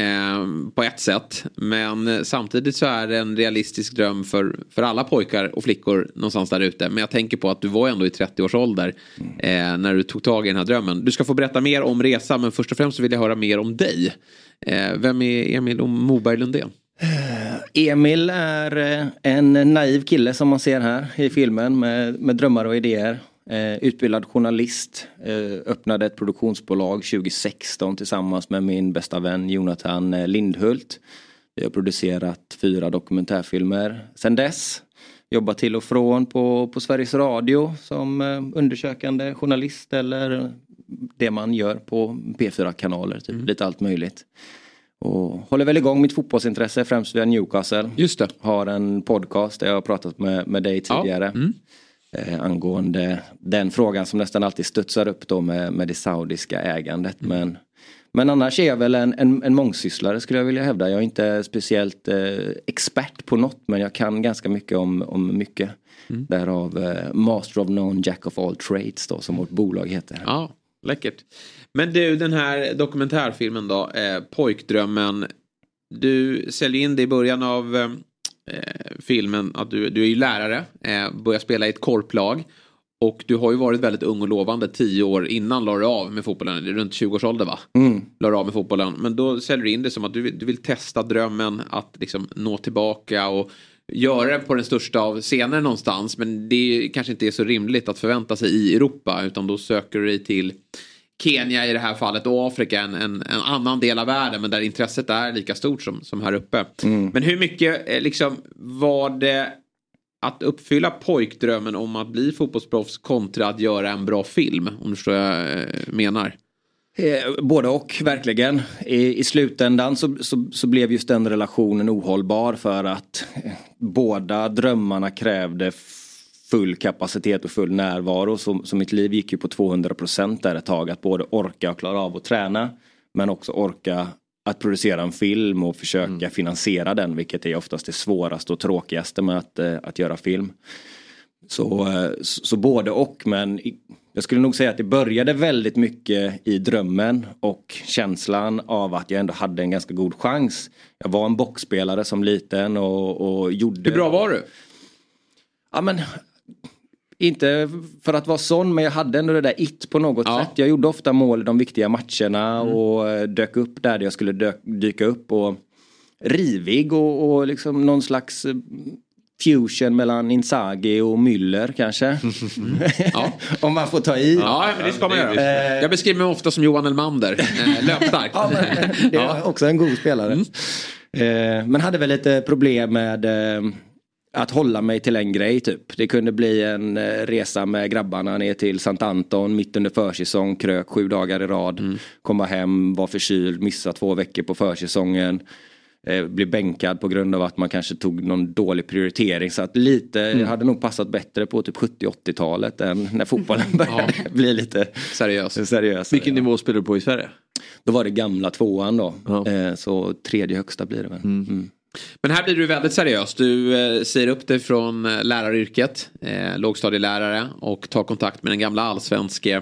på ett sätt. Men samtidigt så är det en realistisk dröm för alla pojkar och flickor någonstans där ute. Men jag tänker på att du var ändå i 30-års ålder när du tog tag i den här drömmen. Du ska få berätta mer om resan, men först och främst så vill jag höra mer om dig. Vem är Emil Moberg Lundén? Emil är en naiv kille som man ser här i filmen med drömmar och idéer. Utbildad journalist, öppnade ett produktionsbolag 2016 tillsammans med min bästa vän Jonathan Lindhult. Vi har producerat 4 dokumentärfilmer sedan dess. Jobbat till och från på Sveriges Radio som undersökande journalist eller det man gör på P4-kanaler, typ lite allt möjligt. Och håller väl igång mitt fotbollsintresse främst via Newcastle. Just det. Har en podcast där jag har pratat med dig tidigare. Ja. Angående den frågan som nästan alltid studsar upp då med det saudiska ägandet. Men annars är jag väl en mångsysslare skulle jag vilja hävda. Jag är inte speciellt expert på något, men jag kan ganska mycket om mycket. Därav Master of None, Jack of all trades då, som vårt bolag heter. Ja, läckert. Men du, den här dokumentärfilmen då, Pojkdrömmen. Du säljer in det i början av filmen att du är ju lärare, börjar spela i ett korplag och du har ju varit väldigt ung och lovande 10 år innan la du av med fotbollen, runt 20-årsålder va? La du av med fotbollen, men då säljer du in det som att du vill testa drömmen att liksom nå tillbaka och göra det på den största av scener någonstans, men det kanske inte är så rimligt att förvänta sig i Europa, utan då söker du dig till Kenya i det här fallet och Afrika, en annan del av världen, men där intresset är lika stort som här uppe. Men hur mycket liksom var det att uppfylla pojkdrömmen om att bli fotbollsproffs kontra att göra en bra film, om du förstår vad jag menar? Både och, verkligen. I slutändan så blev just den relationen ohållbar för att båda drömmarna krävde full kapacitet och full närvaro. Så mitt liv gick ju på 200% där ett tag. Att både orka och klara av att träna, men också orka att producera en film och försöka finansiera den, vilket är oftast det svåraste och tråkigaste med att göra film. Så både och, men jag skulle nog säga att det började väldigt mycket i drömmen och känslan av att jag ändå hade en ganska god chans. Jag var en boxspelare som liten och gjorde... Hur bra var du? Ja, men inte för att vara sån, men jag hade ändå det där på något sätt. Jag gjorde ofta mål i de viktiga matcherna och dök upp där jag skulle dyka upp, och rivig och liksom någon slags fusion mellan Inzaghi och Müller kanske. Om man får ta i. Ja, men det ska man göra. Jag beskriver mig ofta som Johan Elmander. Löpstark. Det är också en god spelare. Men hade väl lite problem med att hålla mig till en grej typ. Det kunde bli en resa med grabbarna ner till Sant Anton mitt under försäsong, krök 7 dagar i rad, komma hem, var förkyld, missa 2 veckor på försäsongen, bli bänkad på grund av att man kanske tog någon dålig prioritering, så att lite hade nog passat bättre på typ 70-80-talet än när fotbollen började bli lite seriös. Vilken nivå spelar du på i Sverige? Då var det gamla 2:an då, så 3:e högsta blir det väl. Men här blir du väldigt seriös. Du säger upp dig från läraryrket, lågstadielärare, och tar kontakt med den gamla allsvenske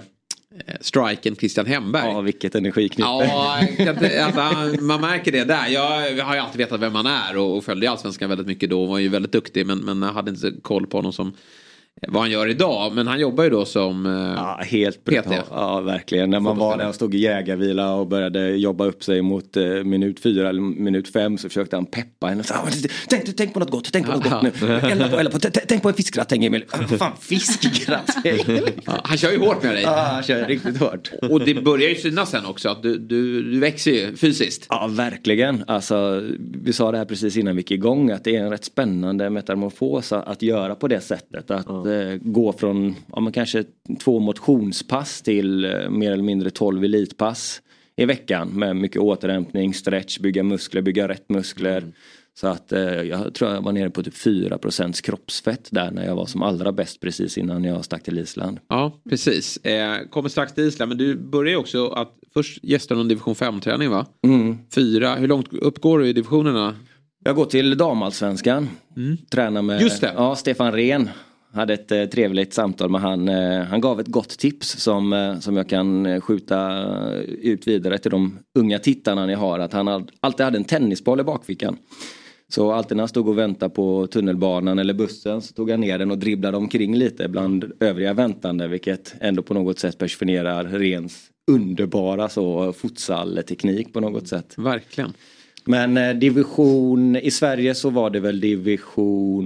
striken Christian Hemberg. Ja, vilket energiknippe. Ja, man märker det där. Jag har ju alltid vetat vem man är och följde Allsvenskan väldigt mycket då. Var ju väldigt duktig men jag hade inte koll på honom som vad han gör idag. Men han jobbar ju då som helt PT. Ja, verkligen. När man var där och stod i jägarvila och började jobba upp sig mot minut 4 eller minut 5 så försökte han peppa henne. Tänk på något gott, tänk på något gott nu. Tänk på en fiskgratt, Emil. Fan, fiskgratt. Han kör ju hårt med dig. Ja, han kör riktigt hårt. Och det börjar ju synas sen också att du växer ju fysiskt. Ja, verkligen. Alltså, vi sa det här precis innan vi gick igång att det är en rätt spännande metamorfos att göra på det sättet. Att gå från kanske 2 motionspass till mer eller mindre 12 elitpass i veckan med mycket återhämtning, stretch, bygga muskler, bygga rätt muskler. Så att jag tror jag var nere på typ 4% kroppsfett där när jag var som allra bäst precis innan jag stack till Island. Ja, precis. Kommer strax till Island, men du börjar ju också att först gästa någon division 5-träning, va? 4, hur långt uppgår du i divisionerna? Jag går till damallsvenskan. Tränar med Stefan Rehn. Hade ett trevligt samtal med han. Han gav ett gott tips som jag kan skjuta ut vidare till de unga tittarna ni har. Att han alltid hade en tennisboll i bakfickan. Så alltid när han stod och väntade på tunnelbanan eller bussen så tog han ner den och dribblade omkring lite bland övriga väntande. Vilket ändå på något sätt personifierar Rehns underbara futsal-teknik på något sätt. Verkligen. Men division i Sverige så var det väl division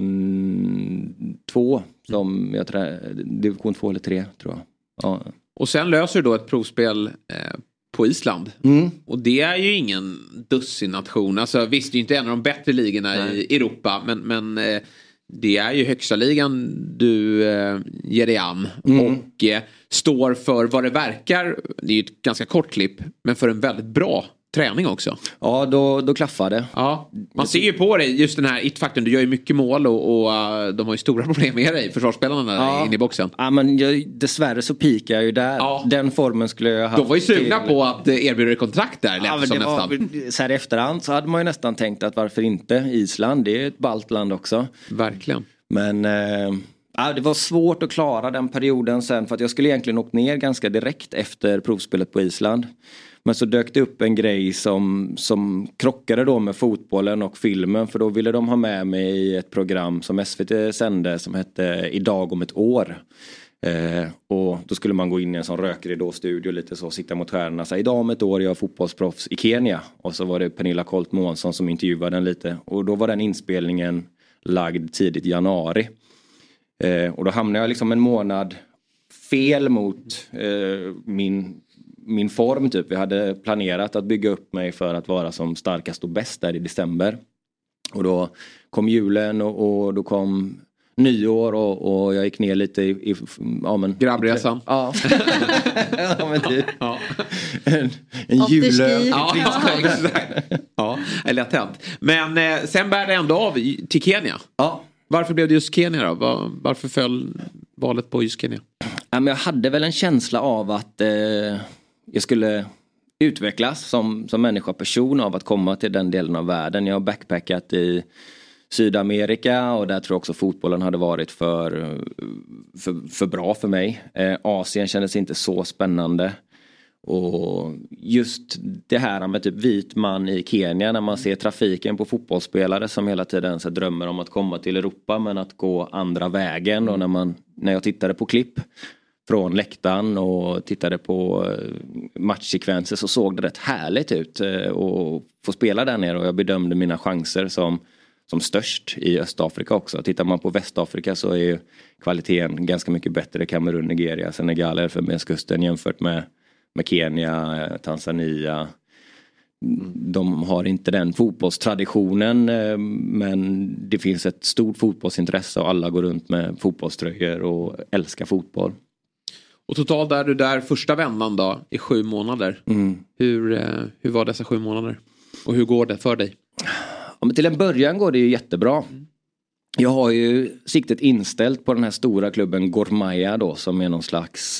2 som jag tror, division 2 eller 3 tror jag. Ja. Och sen löser du då ett provspel på Island. Och det är ju ingen dussin-nation. Alltså visst, det är ju inte en av de bättre ligorna i Europa. Men det är ju högsta ligan du ger dig an. Och står för vad det verkar. Det är ju ett ganska kort klipp. Men för en väldigt bra träning också. Ja, då klaffar det. Ja, man ser ju på dig just den här it-faktorn. Du gör ju mycket mål och de har ju stora problem med dig, försvarsspelarna där inne i boxen. Ja, men dessvärre så pikar jag ju där. Ja. Den formen skulle jag ha haft. De var ju sugna på att erbjuda dig kontrakt där. Ja, men nästan. Så här efterhand så hade man ju nästan tänkt att varför inte Island? Det är ett ballt land också. Verkligen. Men det var svårt att klara den perioden sen för att jag skulle egentligen åkt ner ganska direkt efter provspelet på Island. Men så dök det upp en grej som krockade då med fotbollen och filmen. För då ville de ha med mig i ett program som SVT sände som hette Idag om ett år. Och då skulle man gå in i en sån rökridå-studio lite så, sitta mot stjärnorna. Så idag om ett år jag är fotbollsproffs i Kenya. Och så var det Pernilla Colt Månsson som intervjuade den lite. Och då var den inspelningen lagd tidigt i januari. Och då hamnade jag liksom en månad fel mot min form typ. Vi hade planerat att bygga upp mig för att vara som starkast och bäst där i december. Och då kom julen och då kom nyår och jag gick ner lite i grabbresan. Ja. Ja, men typ. Ja. En julöl. Ja, exakt. Ja, lätt hänt. Men sen bär det ändå av till Kenya. Ja. Varför blev det just Kenya då? Varför föll valet på just Kenya? Ja, men jag hade väl en känsla av att jag skulle utvecklas som människa person av att komma till den delen av världen. Jag har backpackat i Sydamerika och där tror jag också fotbollen hade varit för bra för mig. Asien kändes inte så spännande. Och just det här med typ vit man i Kenya när man ser trafiken på fotbollsspelare som hela tiden så drömmer om att komma till Europa men att gå andra vägen. Och när jag tittade på klipp från läktaren och tittade på matchsekvenser så såg det rätt härligt ut och få spela där nere och jag bedömde mina chanser som störst i Östafrika också. Tittar man på Västafrika så är ju kvaliteten ganska mycket bättre. Kamerun, Nigeria, Senegal, Elfenbenskusten jämfört med Kenya, Tanzania. De har inte den fotbollstraditionen men det finns ett stort fotbollsintresse och alla går runt med fotbollströjor och älskar fotboll. Och totalt är du där första vändan då i 7 månader. Hur var dessa 7 månader? Och hur går det för dig? Ja, men till en början går det ju jättebra. Jag har ju siktet inställt på den här stora klubben Gor Mahia då som är någon slags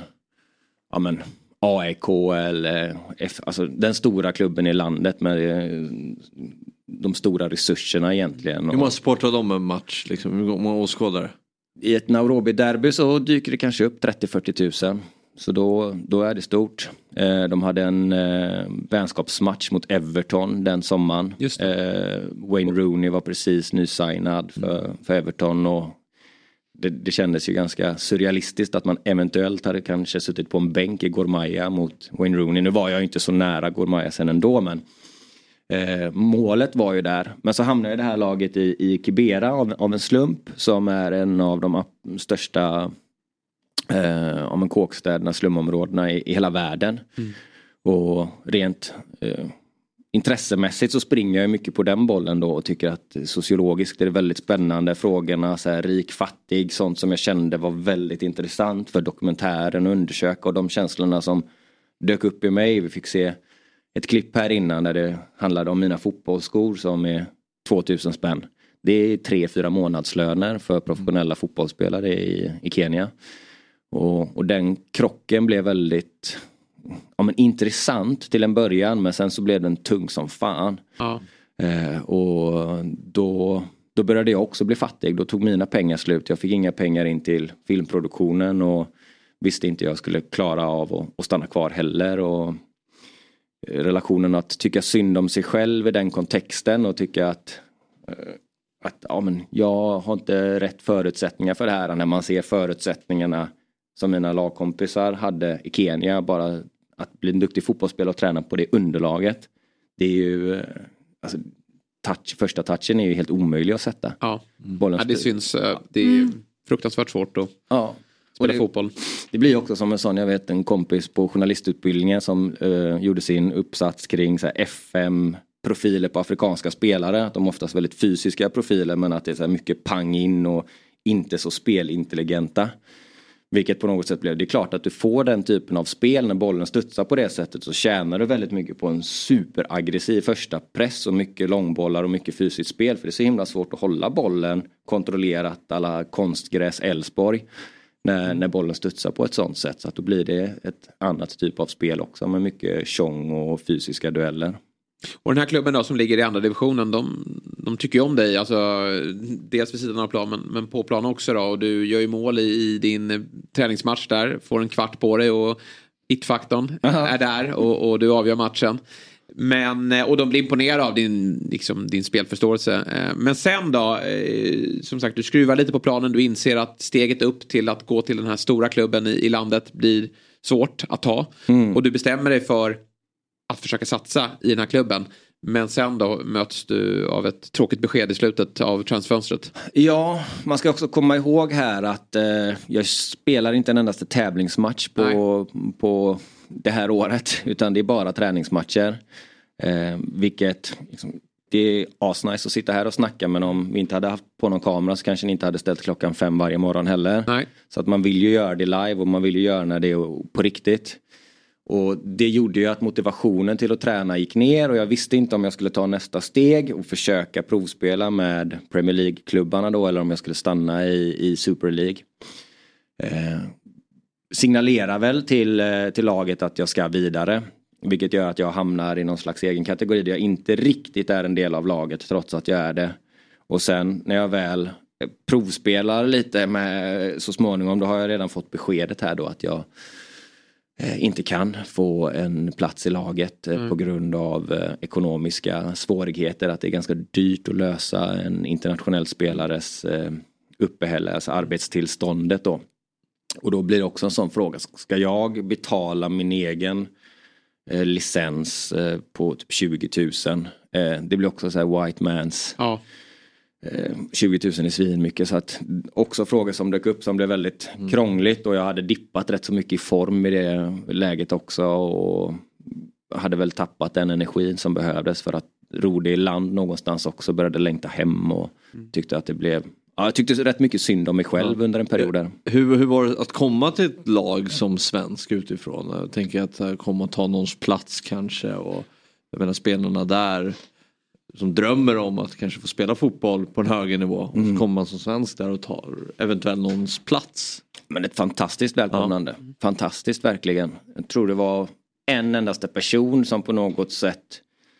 AIK eller alltså den stora klubben i landet med de stora resurserna egentligen. Hur många supportrar de en match liksom? Hur många åskådare? I ett Nairobi-derby så dyker det kanske upp 30-40 tusen. Så då är det stort. De hade en vänskapsmatch mot Everton den sommaren. Wayne Rooney var precis nysignad för Everton och det kändes ju ganska surrealistiskt att man eventuellt hade kanske suttit på en bänk i Gor Mahia mot Wayne Rooney. Nu var jag inte så nära Gor Mahia sen ändå, men målet var ju där. Men så hamnade det här laget i Kibera av en slump, som är en av de största kåkstäderna, slumområdena i hela världen. Och rent intressemässigt så springer jag mycket på den bollen då och tycker att sociologiskt är det väldigt spännande frågorna, så här, rik, fattig, sånt som jag kände var väldigt intressant för dokumentären att undersöka, och de känslorna som dök upp i mig. Vi fick se ett klipp här innan där det handlade om mina fotbollsskor som är 2000 spänn. Det är 3-4 månadslöner för professionella fotbollsspelare i Kenya. Och den krocken blev väldigt intressant till en början, men sen så blev den tung som fan. Ja. Och då började jag också bli fattig. Då tog mina pengar slut. Jag fick inga pengar in till filmproduktionen och visste inte jag skulle klara av att stanna kvar heller. Och relationen att tycka synd om sig själv i den kontexten och tycka att jag har inte rätt förutsättningar för det här, när man ser förutsättningarna som mina lagkompisar hade i Kenya, bara att bli en duktig fotbollsspelare och träna på det underlaget. Det är ju första touchen är ju helt omöjlig att sätta. Ja, det syns. Det är fruktansvärt svårt att spela fotboll. Det blir också som en kompis på journalistutbildningen som gjorde sin uppsats kring så här FM-profiler på afrikanska spelare. Att de oftast väldigt fysiska profiler, men att det är så här mycket pang in och inte så spelintelligenta. Vilket på något sätt blev, det är klart att du får den typen av spel när bollen studsar på det sättet, så tjänar du väldigt mycket på en superaggressiv första press och mycket långbollar och mycket fysiskt spel. För det är så himla svårt att hålla bollen kontrollerat alla konstgräs Elfsborg när bollen studsar på ett sånt sätt. Så att då blir det ett annat typ av spel också med mycket tjong och fysiska dueller. Och den här klubben då som ligger i andra divisionen, de tycker ju om dig, alltså dels vid sidan av plan men på plan också då, och du gör ju mål i din träningsmatch där, får en kvart på dig och it-faktorn är där och du avgör matchen. Och de blir imponerade av din spelförståelse. Men sen då, som sagt, du skruvar lite på planen, du inser att steget upp till att gå till den här stora klubben i landet blir svårt att ta. Och du bestämmer dig för att försöka satsa i den här klubben. Men sen då möts du av ett tråkigt besked i slutet av transfönstret. Ja, man ska också komma ihåg här att jag spelar inte en endaste tävlingsmatch på det här året. Utan det är bara träningsmatcher. Vilket det är asnice att sitta här och snacka, men om vi inte hade haft på någon kamera så kanske ni inte hade ställt klockan 5 varje morgon heller. Nej. Så att man vill ju göra det live och man vill ju göra när det är på riktigt. Och det gjorde ju att motivationen till att träna gick ner, och jag visste inte om jag skulle ta nästa steg och försöka provspela med Premier League-klubbarna då, eller om jag skulle stanna i Super League. Signalerar väl till laget att jag ska vidare, vilket gör att jag hamnar i någon slags egen kategori där jag inte riktigt är en del av laget trots att jag är det. Och sen när jag väl provspelar lite med så småningom, då har jag redan fått beskedet här då att jag inte kan få en plats i laget på grund av ekonomiska svårigheter. Att det är ganska dyrt att lösa en internationell spelares uppehälle, alltså arbetstillståndet då. Och då blir det också en sån fråga, ska jag betala min egen licens på typ 20 000? Det blir också så här white mans. Ja. 20 000 är svin mycket, så att också frågor som dök upp som blev väldigt krångligt, och jag hade dippat rätt så mycket i form i det läget också, och hade väl tappat den energin som behövdes för att ro det i land någonstans också, började längta hem och tyckte att det blev, jag tyckte rätt mycket synd om mig själv under en period där. Hur var det att komma till ett lag som svensk utifrån? Jag tänker att komma och ta någons plats kanske, och jag menar spelarna där som drömmer om att kanske få spela fotboll på en högre nivå, och så kommer man som svensk där och tar eventuellt någons plats. Men ett fantastiskt välkomnande. Ja. Fantastiskt verkligen. Jag tror det var en endaste person som på något sätt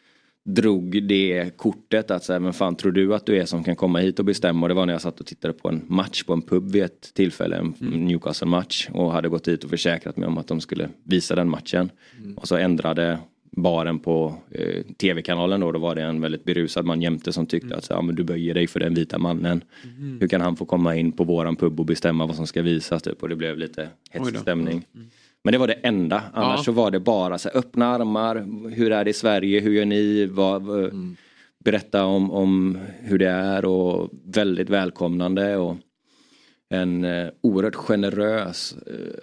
drog det kortet att säga, men fan tror du att du är som kan komma hit och bestämma? Och det var när jag satt och tittade på en match på en pub vid ett tillfälle, en Newcastle-match, och hade gått dit och försäkrat mig om att de skulle visa den matchen. Och så ändrade baren på tv-kanalen då var det en väldigt berusad man jämte som tyckte att men du böjer dig för den vita mannen. Hur kan han få komma in på våran pub och bestämma vad som ska visas typ? Och det blev lite hetsig stämning. Men det var det enda. Annars så var det bara så här, öppna armar. Hur är det i Sverige? Hur gör ni? Berätta om hur det är. Och väldigt välkomnande. Och en oerhört generös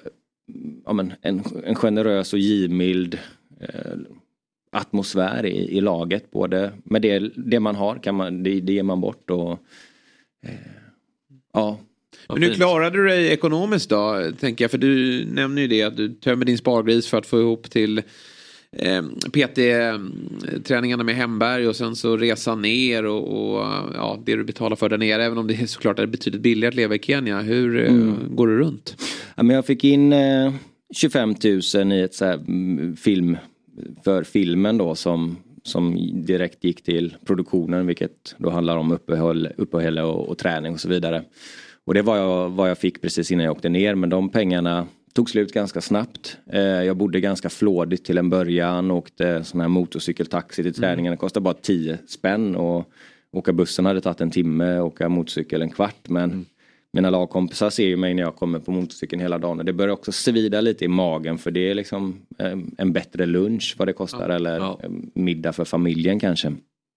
en generös och givmild atmosfär i laget. Både med det man har det ger man bort. Och ja. Men hur klarade du dig ekonomiskt då, tänker jag? För du nämner ju det att du tömmer din spargris för att få ihop till PT-träningarna med Hemberg och sen så resa ner och det du betalar för där nere, även om det är såklart är betydligt billigare att leva i Kenya. Hur går du runt? Ja, men jag fick in 25 000 i ett så här film för filmen då som direkt gick till produktionen, vilket då handlar om uppehåll och träning och så vidare. Och det var vad jag fick precis innan jag åkte ner. Men de pengarna tog slut ganska snabbt. Jag bodde ganska flådigt till en början. Åkte sån här motorcykeltaxi till träningen. Det kostade bara 10 spänn. Och åka bussen hade tagit en timme. Åka motorcykel en kvart. Men mina lagkompisar ser ju mig när jag kommer på motorcykeln hela dagen. Det börjar också svida lite i magen. För det är liksom en bättre lunch vad det kostar. Eller middag för familjen kanske.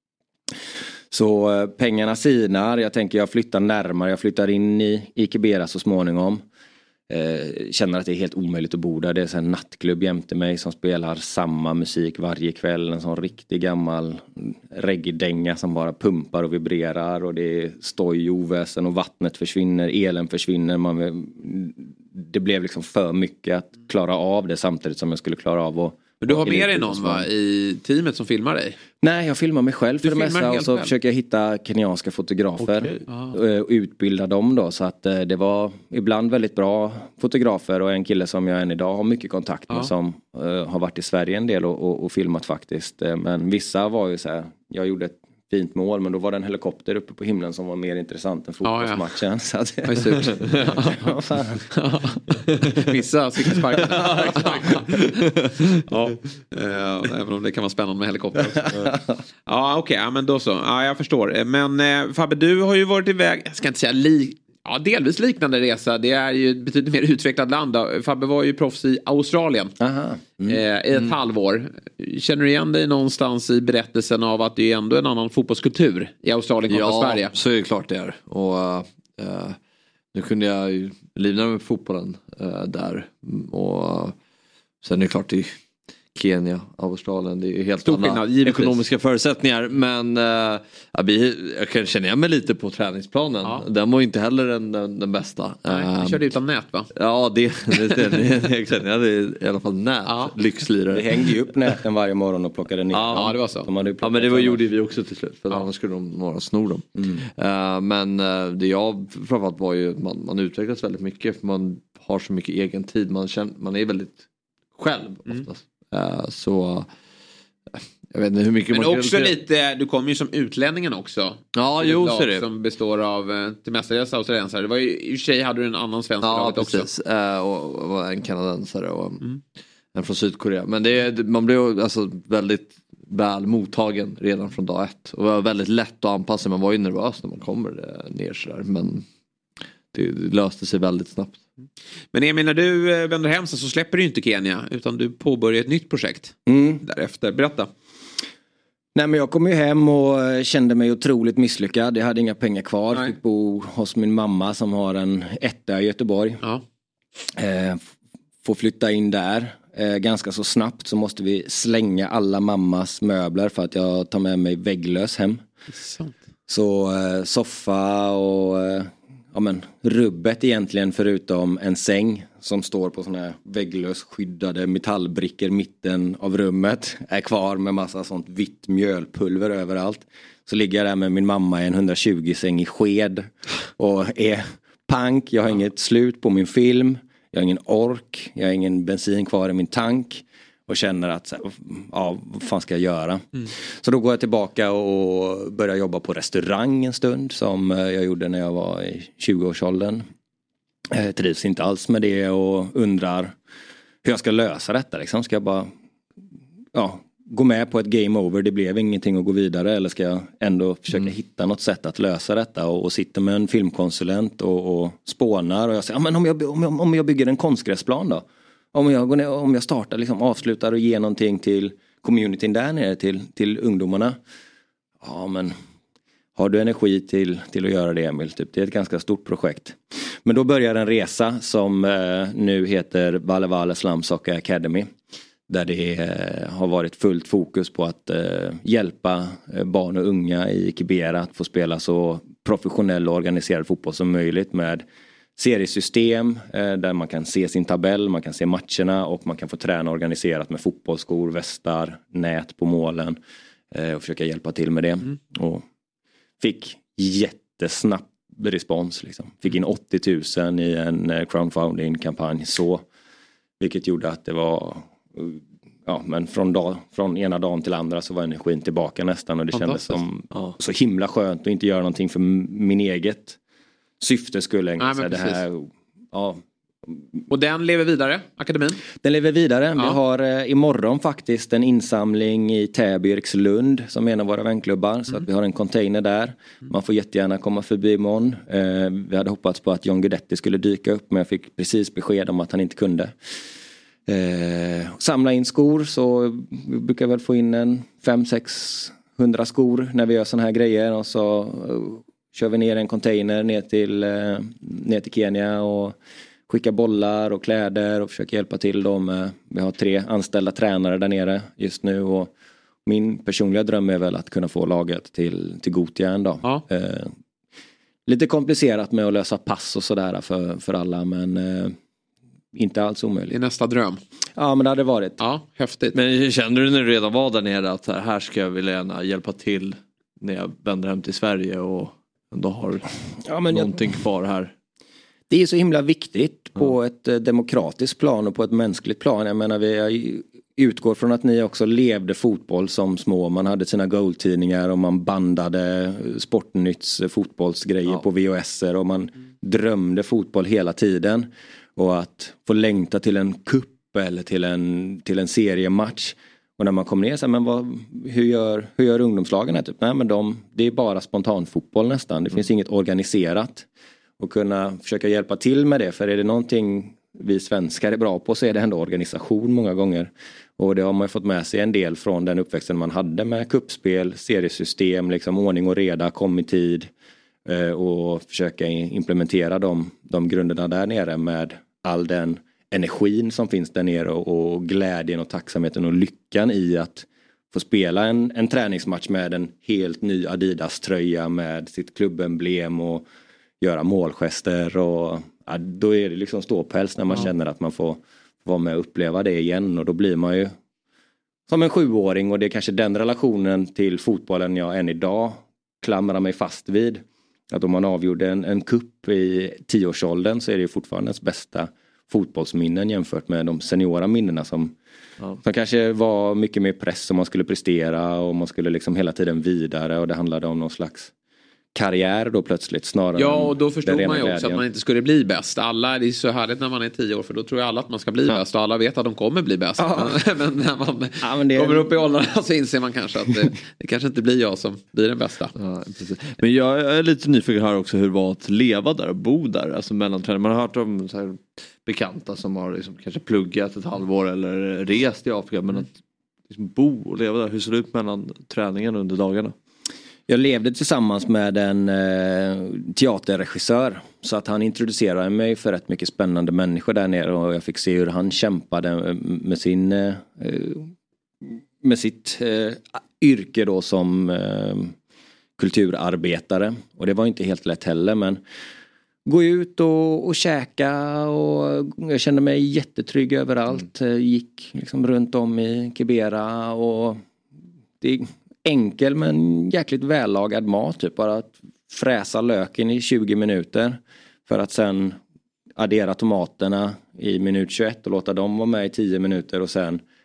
Så pengarna sinar. Jag tänker jag flyttar närmare. Jag flyttar in i Kibera så småningom. Känner att det är helt omöjligt att bo där. Det är en nattklubb jämte mig som spelar samma musik varje kväll. En sån riktig gammal reggae-dänga som bara pumpar och vibrerar. Och det är stoj, oväsen och vattnet försvinner. Elen försvinner. Det blev liksom för mycket att klara av det samtidigt som jag skulle klara av att... Men du har med dig någon i teamet som filmar dig? Nej, jag filmar mig själv för det mesta och så försöker jag hitta kenyanska fotografer och utbilda dem då. Så att det var ibland väldigt bra fotografer och en kille som jag än idag har mycket kontakt med som har varit i Sverige en del och filmat faktiskt. Men vissa var ju så här, jag gjorde ett fint mål men då var det en helikopter uppe på himlen som var mer intressant än fotbollsmatchen. Så att, det var surt. Vissa cykelsparkar. Även om det kan vara spännande med helikopter också. Okej, men då så. Ja, jag förstår. Men Fabbe, du har ju varit iväg, jag ska inte säga delvis liknande resa. Det är ju ett betydligt mer utvecklat land då. Fabbe var ju proffs i Australien i ett halvår. Känner du igen dig någonstans i berättelsen av att det är ändå en annan fotbollskultur i Australien kontra Sverige? Ja, så är det klart det är. Och nu kunde jag ju livna med fotbollen där. Och sen är det klart i Kenya, Australien, det är ju helt andra ekonomiska förutsättningar. Men jag kan känna mig lite på träningsplanen. Ja. Den var inte heller den bästa. Nej, du körde utan nät va? Ja, det jag hade i alla fall nät, lyxlirare. Det hängde ju upp näten varje morgon och plockade ner. Ja, det var så. Ja, men det gjorde vi också till slut. För annars skulle några sno dem. Men det jag framförallt var ju, man utvecklas väldigt mycket. För man har så mycket egen tid. Man är väldigt själv oftast. Så jag vet inte hur mycket. Men också lite, du kom ju som utlänningen också. Ja, jo så är det. Som består av till mestadels australiensare. Det var ju, i och för sig hade du en annan svensk laget också. Och en kanadensare och en från Sydkorea. Men man blev alltså väldigt väl mottagen redan från dag ett. Och det var väldigt lätt att anpassa. Man var ju nervös när man kommer ner sådär. Men det löste sig väldigt snabbt. Men Emil, när du vänder hem så släpper du inte Kenya utan du påbörjar ett nytt projekt därefter. Berätta. Nej, men jag kom ju hem och kände mig otroligt misslyckad. Jag hade inga pengar kvar. Jag fick bo hos min mamma som har en etta i Göteborg. Får flytta in där. Ganska så snabbt så måste vi slänga alla mammas möbler för att jag tar med mig vägglös hem. Så soffa och rubbet egentligen förutom en säng som står på såna här vägglös skyddade metallbrickor mitten av rummet är kvar med massa sånt vitt mjölpulver överallt. Så ligger jag där med min mamma i en 120-säng i sked och är pank. Jag har inget slut på min film. Jag har ingen ork. Jag har ingen bensin kvar i min tank. och känner att ja, vad fan ska jag göra? Så då går jag tillbaka och börjar jobba på restaurang en stund som jag gjorde när jag var i 20-årsåldern. Trivs inte alls med det och undrar hur jag ska lösa detta. Liksom. Ska jag bara gå med på ett game over, det blev ingenting att gå vidare, eller ska jag ändå försöka hitta något sätt att lösa detta och sitta med en filmkonsulent och spånar och jag säger, men om jag bygger en konstgräsplan då? Om jag startar, liksom, avslutar och ger någonting till communityn där nere, till ungdomarna. Ja, men har du energi till att göra det, Emil? Typ, det är ett ganska stort projekt. Men då börjar en resa som nu heter Valle Valle Slum Soccer Academy. Där det har varit fullt fokus på att hjälpa barn och unga i Kibera att få spela så professionell och organiserad fotboll som möjligt med seriesystem där man kan se sin tabell, man kan se matcherna och man kan få träna organiserat med fotbollsskor, västar, nät på målen och försöka hjälpa till med det. Och fick jättesnabb respons. Liksom. Fick in 80 000 i en crowdfunding-kampanj vilket gjorde att det var men från ena dagen till andra så var energin tillbaka nästan och det kändes som så himla skönt att inte göra någonting för min eget syfte skulle ägna sig det här. Och den lever vidare, akademin? Den lever vidare. Vi har imorgon faktiskt en insamling i Täby Erikslund som är en av våra vänklubbar. Så att vi har en container där. Man får jättegärna komma förbi imorgon. Vi hade hoppats på att John Guidetti skulle dyka upp men jag fick precis besked om att han inte kunde. Samla in skor, så vi brukar väl få in en 500-600 skor när vi gör såna här grejer och så kör vi ner en container ner till Kenya och skickar bollar och kläder och försöker hjälpa till dem. Vi har 3 anställda tränare där nere just nu och min personliga dröm är väl att kunna få laget till Gothia en dag. Lite komplicerat med att lösa pass och sådär för alla, men inte alls omöjligt. Det är nästa dröm. Ja, men det hade varit. Ja, häftigt. Men kände du när du redan var där nere att här ska jag vilja gärna hjälpa till när jag vänder hem till Sverige och ändå har någonting kvar här? Det är så himla viktigt på ett demokratiskt plan och på ett mänskligt plan. Jag menar, vi utgår från att ni också levde fotboll som små. Man hade sina goaltidningar och man bandade Sportnytts fotbollsgrejer på VHS-er och man drömde fotboll hela tiden. Och att få längta till en kupp eller till en seriematch. Och när man kommer ner så här, men hur gör ungdomslagen här? Typ? Nej, men det är bara spontanfotboll nästan. Det finns inget organiserat. Och kunna försöka hjälpa till med det. För är det någonting vi svenskar är bra på så är det ändå organisation många gånger. Och det har man fått med sig en del från den uppväxten man hade med kuppspel, seriesystem, liksom ordning och reda, kom i tid. Och försöka implementera de grunderna där nere med all den energin som finns där nere och glädjen och tacksamheten och lyckan i att få spela en träningsmatch med en helt ny Adidas-tröja med sitt klubbemblem och göra målgester och då är det liksom ståpäls när man känner att man får vara med och uppleva det igen och då blir man ju som en 7-åring och det är kanske den relationen till fotbollen jag än idag klamrar mig fast vid. Att om man avgjorde en kupp i 10-årsåldern så är det ju fortfarande ens bästa fotbollsminnen jämfört med de seniora minnena som kanske var mycket mer press om man skulle prestera och man skulle liksom hela tiden vidare och det handlade om någon slags karriär då plötsligt snarare. Ja, och då förstod man ju också att man inte skulle bli bäst. Alla, det är så härligt när man är 10 år för då tror jag alla att man ska bli bäst och alla vet att de kommer bli bäst. Men när man kommer upp i åldrarna så inser man kanske att det kanske inte blir jag som blir den bästa. Ja, precis. Men jag är lite nyfiken här också hur det var att leva där och bo där. Alltså mellanträning. Man har hört om så här bekanta som har liksom kanske pluggat ett halvår eller rest i Afrika men att liksom bo och leva där. Hur ser det ut mellan träningen under dagarna? Jag levde tillsammans med en teaterregissör så att han introducerade mig för rätt mycket spännande människor där nere och jag fick se hur han kämpade med sitt yrke då som kulturarbetare och det var inte helt lätt heller men gå ut och käka och jag kände mig jättetrygg överallt. Gick liksom runt om i Kibera och det enkel men jäkligt vällagad mat. Typ bara att fräsa löken i 20 minuter för att sen addera tomaterna i minut 21 och låta dem vara med i 10 minuter och sen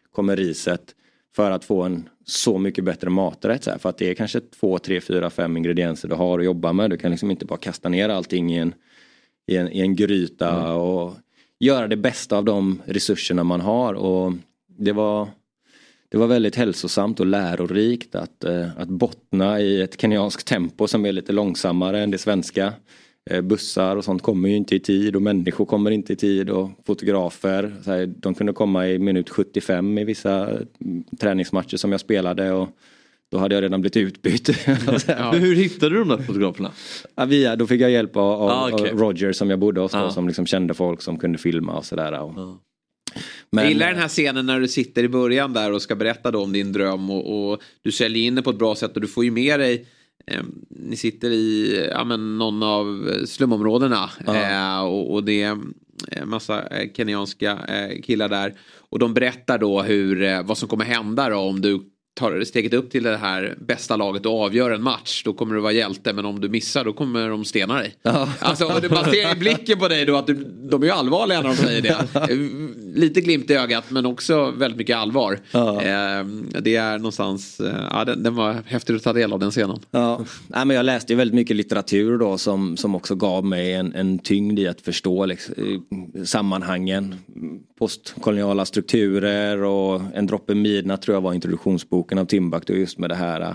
kommer riset för att få en så mycket bättre maträtt. Så här, för att det är kanske 2, 3, 4, 5 ingredienser du har att jobba med. Du kan liksom inte bara kasta ner allting i en gryta och göra det bästa av de resurserna man har. Och det var väldigt hälsosamt och lärorikt att bottna i ett kenyanskt tempo som är lite långsammare än det svenska. Bussar och sånt kommer ju inte i tid och människor kommer inte i tid och fotografer. Så här, de kunde komma i minut 75 i vissa träningsmatcher som jag spelade och då hade jag redan blivit utbytt. Ja. Hur hittade du de där fotograferna? Ja, då fick jag hjälp av Roger som jag bodde hos då, som liksom kände folk som kunde filma och sådär. Men jag gillar den här scenen när du sitter i början där och ska berätta då om din dröm och du säljer in det på ett bra sätt och du får ju med dig ni sitter i någon av slumområdena och det är en massa kenyanska killar där och de berättar då vad som kommer hända då, om du tar steget upp till det här bästa laget och avgör en match, då kommer du vara hjälte, men om du missar då kommer de stena dig. Alltså, och du bara ser i blicken på dig då att de är ju allvarliga när de säger det. Lite glimt i ögat men också väldigt mycket allvar. Det är någonstans, den var häftigt att ta del av den scenen. Nej, men jag läste ju väldigt mycket litteratur då som också gav mig en tyngd i att förstå liksom, sammanhangen, postkoloniala strukturer och En droppe midnatt tror jag var introduktionsboken av Timbuktu just med det här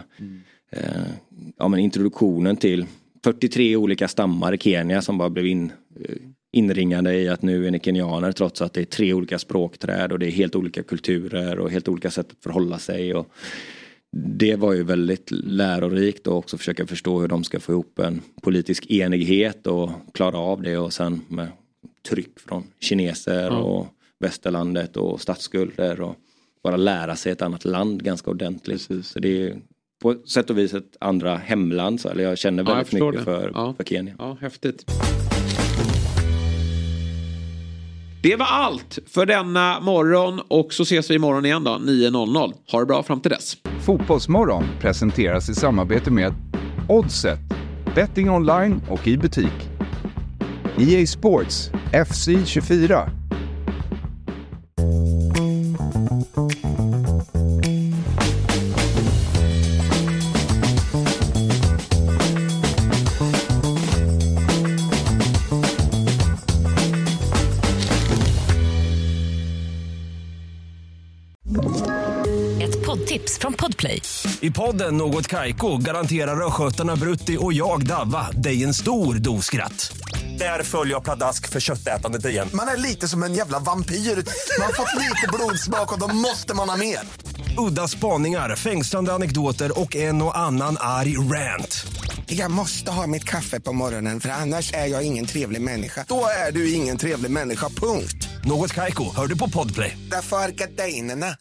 introduktionen till 43 olika stammar i Kenya som bara blev inringade i att nu är ni kenyaner trots att det är 3 olika språkträd och det är helt olika kulturer och helt olika sätt att förhålla sig och det var ju väldigt lärorikt och också försöka förstå hur de ska få ihop en politisk enighet och klara av det och sen med tryck från kineser och västerlandet och statsskulder och bara lära sig ett annat land ganska ordentligt. Så det är på sätt och vis ett andra hemland. Så, eller jag känner väldigt mycket för Kenya. Ja, häftigt. Det var allt för denna morgon och så ses vi imorgon igen då, 9.00. Ha det bra fram till dess. Fotbollsmorgon presenteras i samarbete med Oddset, betting online och i butik. EA Sports, FC 24. Tips från Podplay. I podden Något Kaiko garanterar skötarna Brutti och jag Davva dig en stor doskratt. Där följer jag pladask för köttätandet igen. Man är lite som en jävla vampyr. Man har fått lite blodsmak och då måste man ha mer. Udda spaningar, fängslande anekdoter och en och annan arg rant. Jag måste ha mitt kaffe på morgonen för annars är jag ingen trevlig människa. Då är du ingen trevlig människa, punkt. Något Kaiko, hör du på Podplay. Därför är gardinerna.